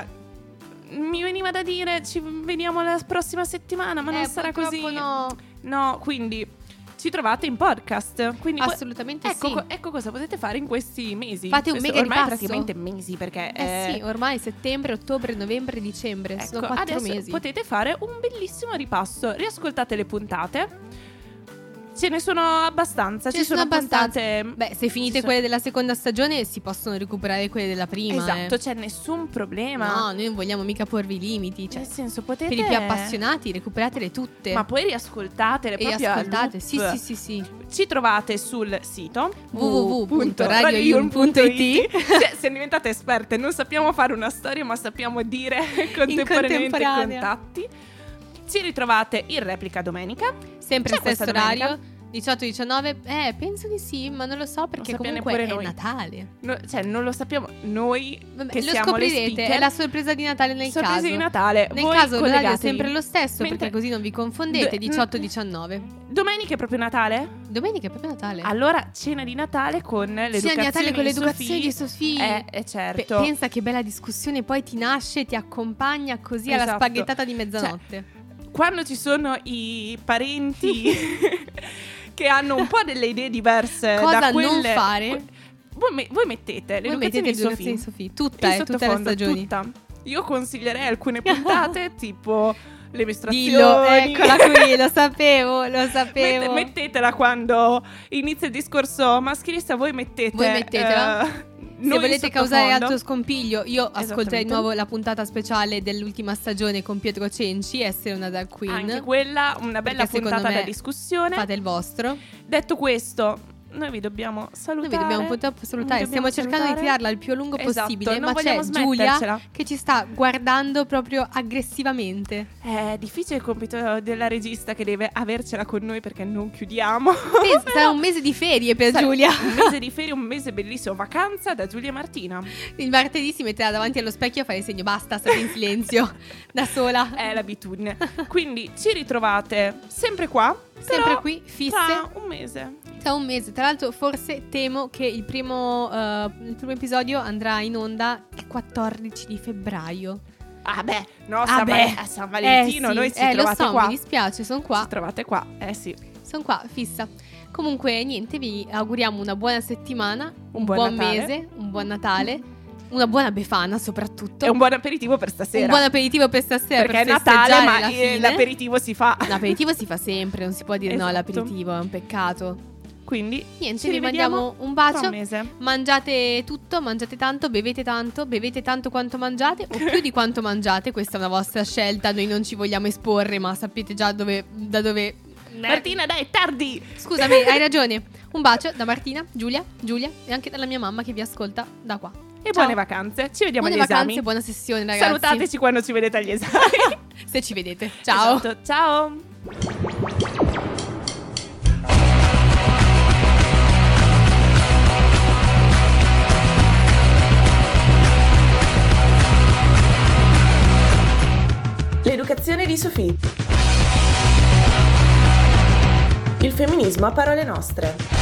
mi veniva da dire ci vediamo la prossima settimana, ma non Eh, sarà purtroppo così. no. No, quindi ci trovate in podcast. Quindi voi- Assolutamente ecco, sì. co- ecco cosa potete fare in questi mesi. Fate un Questo mega ormai ripasso. praticamente mesi, perché Eh sì, ormai settembre, ottobre, novembre, dicembre. ecco, Sono quattro adesso mesi. potete fare un bellissimo ripasso. Riascoltate le puntate. Ce ne sono abbastanza. Ce ci ne sono sono abbastanza. puntate. Beh, se finite ci sono- quelle della seconda stagione si possono recuperare quelle della prima. Esatto, eh. c'è nessun problema. No, noi non vogliamo mica porvi limiti. Cioè, Nel senso, potete. per i più appassionati, recuperatele tutte. Ma poi riascoltatele e proprio a ascoltate. Sì, loop. sì, sì, sì. Ci trovate sul sito w w w punto radio yulm punto i t. Se- Siamo diventate esperte, non sappiamo fare una storia, ma sappiamo dire contemporaneamente i contemporanea. contatti. Ci ritrovate in replica domenica. Sempre C'è il stesso questa domenica? orario. diciotto diciannove. Eh, penso di sì, ma non lo so perché sappiamo comunque è neppure noi. Natale. No, cioè, non lo sappiamo noi Vabbè, che lo siamo le scoprirete, speaker. è la sorpresa di Natale nel Sorpresa caso. di Natale. Nel Voi caso l'orario è collegatevi. sempre lo stesso, Mentre- perché così non vi confondete, D- diciotto diciannove. Domenica è proprio Natale? Domenica è proprio Natale. Allora, cena di Natale con l'educazione Cena di Natale con l'educazione di Sofì. Sofì. Eh, eh, Pe- certo. pensa che bella discussione, poi ti nasce, ti accompagna così alla Esatto. spaghettata di mezzanotte. Quando ci sono i parenti che hanno un po' delle idee diverse Cosa da non quelle, fare? que- voi, me- voi mettete Voi l'educazione mettete di l'educazione di Sofì Sofì, tutta, in eh, tutte le sottofondo, stagioni. tutta. Io consiglierei alcune puntate tipo le mestruazioni. Dillo, eccola qui, lo sapevo, lo sapevo. Mette- mettetela quando inizia il discorso maschilista, voi mettete Voi mettetela. eh, Se noi volete in causare sottofondo. altro scompiglio, io ascolterei di Esattamente. nuovo la puntata speciale dell'ultima stagione con Pietro Cenci, Essere una Dark Queen. Anche quella, una bella Perché secondo puntata me da discussione. Fate il vostro. Detto questo, noi vi dobbiamo Noi salutare. vi dobbiamo purtroppo salutare. Vi Stiamo dobbiamo cercando salutare. di tirarla il più a lungo Esatto, possibile. non Ma c'è vogliamo Giulia smettercela. che ci sta guardando proprio aggressivamente. È difficile il compito della regista che deve avercela con noi perché non chiudiamo. Pensa, sarà un mese di ferie per Sarà Giulia. Un mese di ferie, un mese bellissimo. Vacanza da Giulia e Martina. Il martedì si metterà davanti allo specchio a fare il segno basta, state in silenzio da sola. È l'abitudine. Quindi ci ritrovate sempre qua. Sempre però qui, fisse. Tra un mese. Tra un mese. Tra l'altro forse temo che il primo, eh, il primo episodio andrà in onda il quattordici di febbraio. Ah beh, no, Ah San, beh. Val- a San Valentino Eh sì, noi ci eh, lo trovate so, qua. mi dispiace, sono qua. Ci trovate qua, eh sì. Sono qua, fissa. Comunque, niente, vi auguriamo una buona settimana, un, buon buon Natale. mese, un buon Natale. una buona befana soprattutto. È un buon aperitivo per stasera. Un buon aperitivo per stasera. Perché per è Natale, festeggiare ma la eh, fine. l'aperitivo si fa. L'aperitivo si fa sempre, non si può dire no Esatto. all'aperitivo, è un peccato. Quindi Niente, ci vi rivediamo mandiamo un tra bacio. un mese. Mangiate tutto, mangiate tanto, bevete tanto, bevete tanto quanto mangiate o più di quanto mangiate. Questa è una vostra scelta, noi non ci vogliamo esporre, ma sapete già dove, da dove... Martina, dai, è tardi. Scusami, hai ragione. Un bacio da Martina, Giulia, Giulia e anche dalla mia mamma che vi ascolta da qua. E Ciao. buone vacanze. Ci vediamo Buone agli vacanze, esami. buona sessione ragazzi. Salutateci quando ci vedete agli esami. Se ci vedete. Ciao. Esatto, ciao. L'educazione di Sofì. Il femminismo a parole nostre.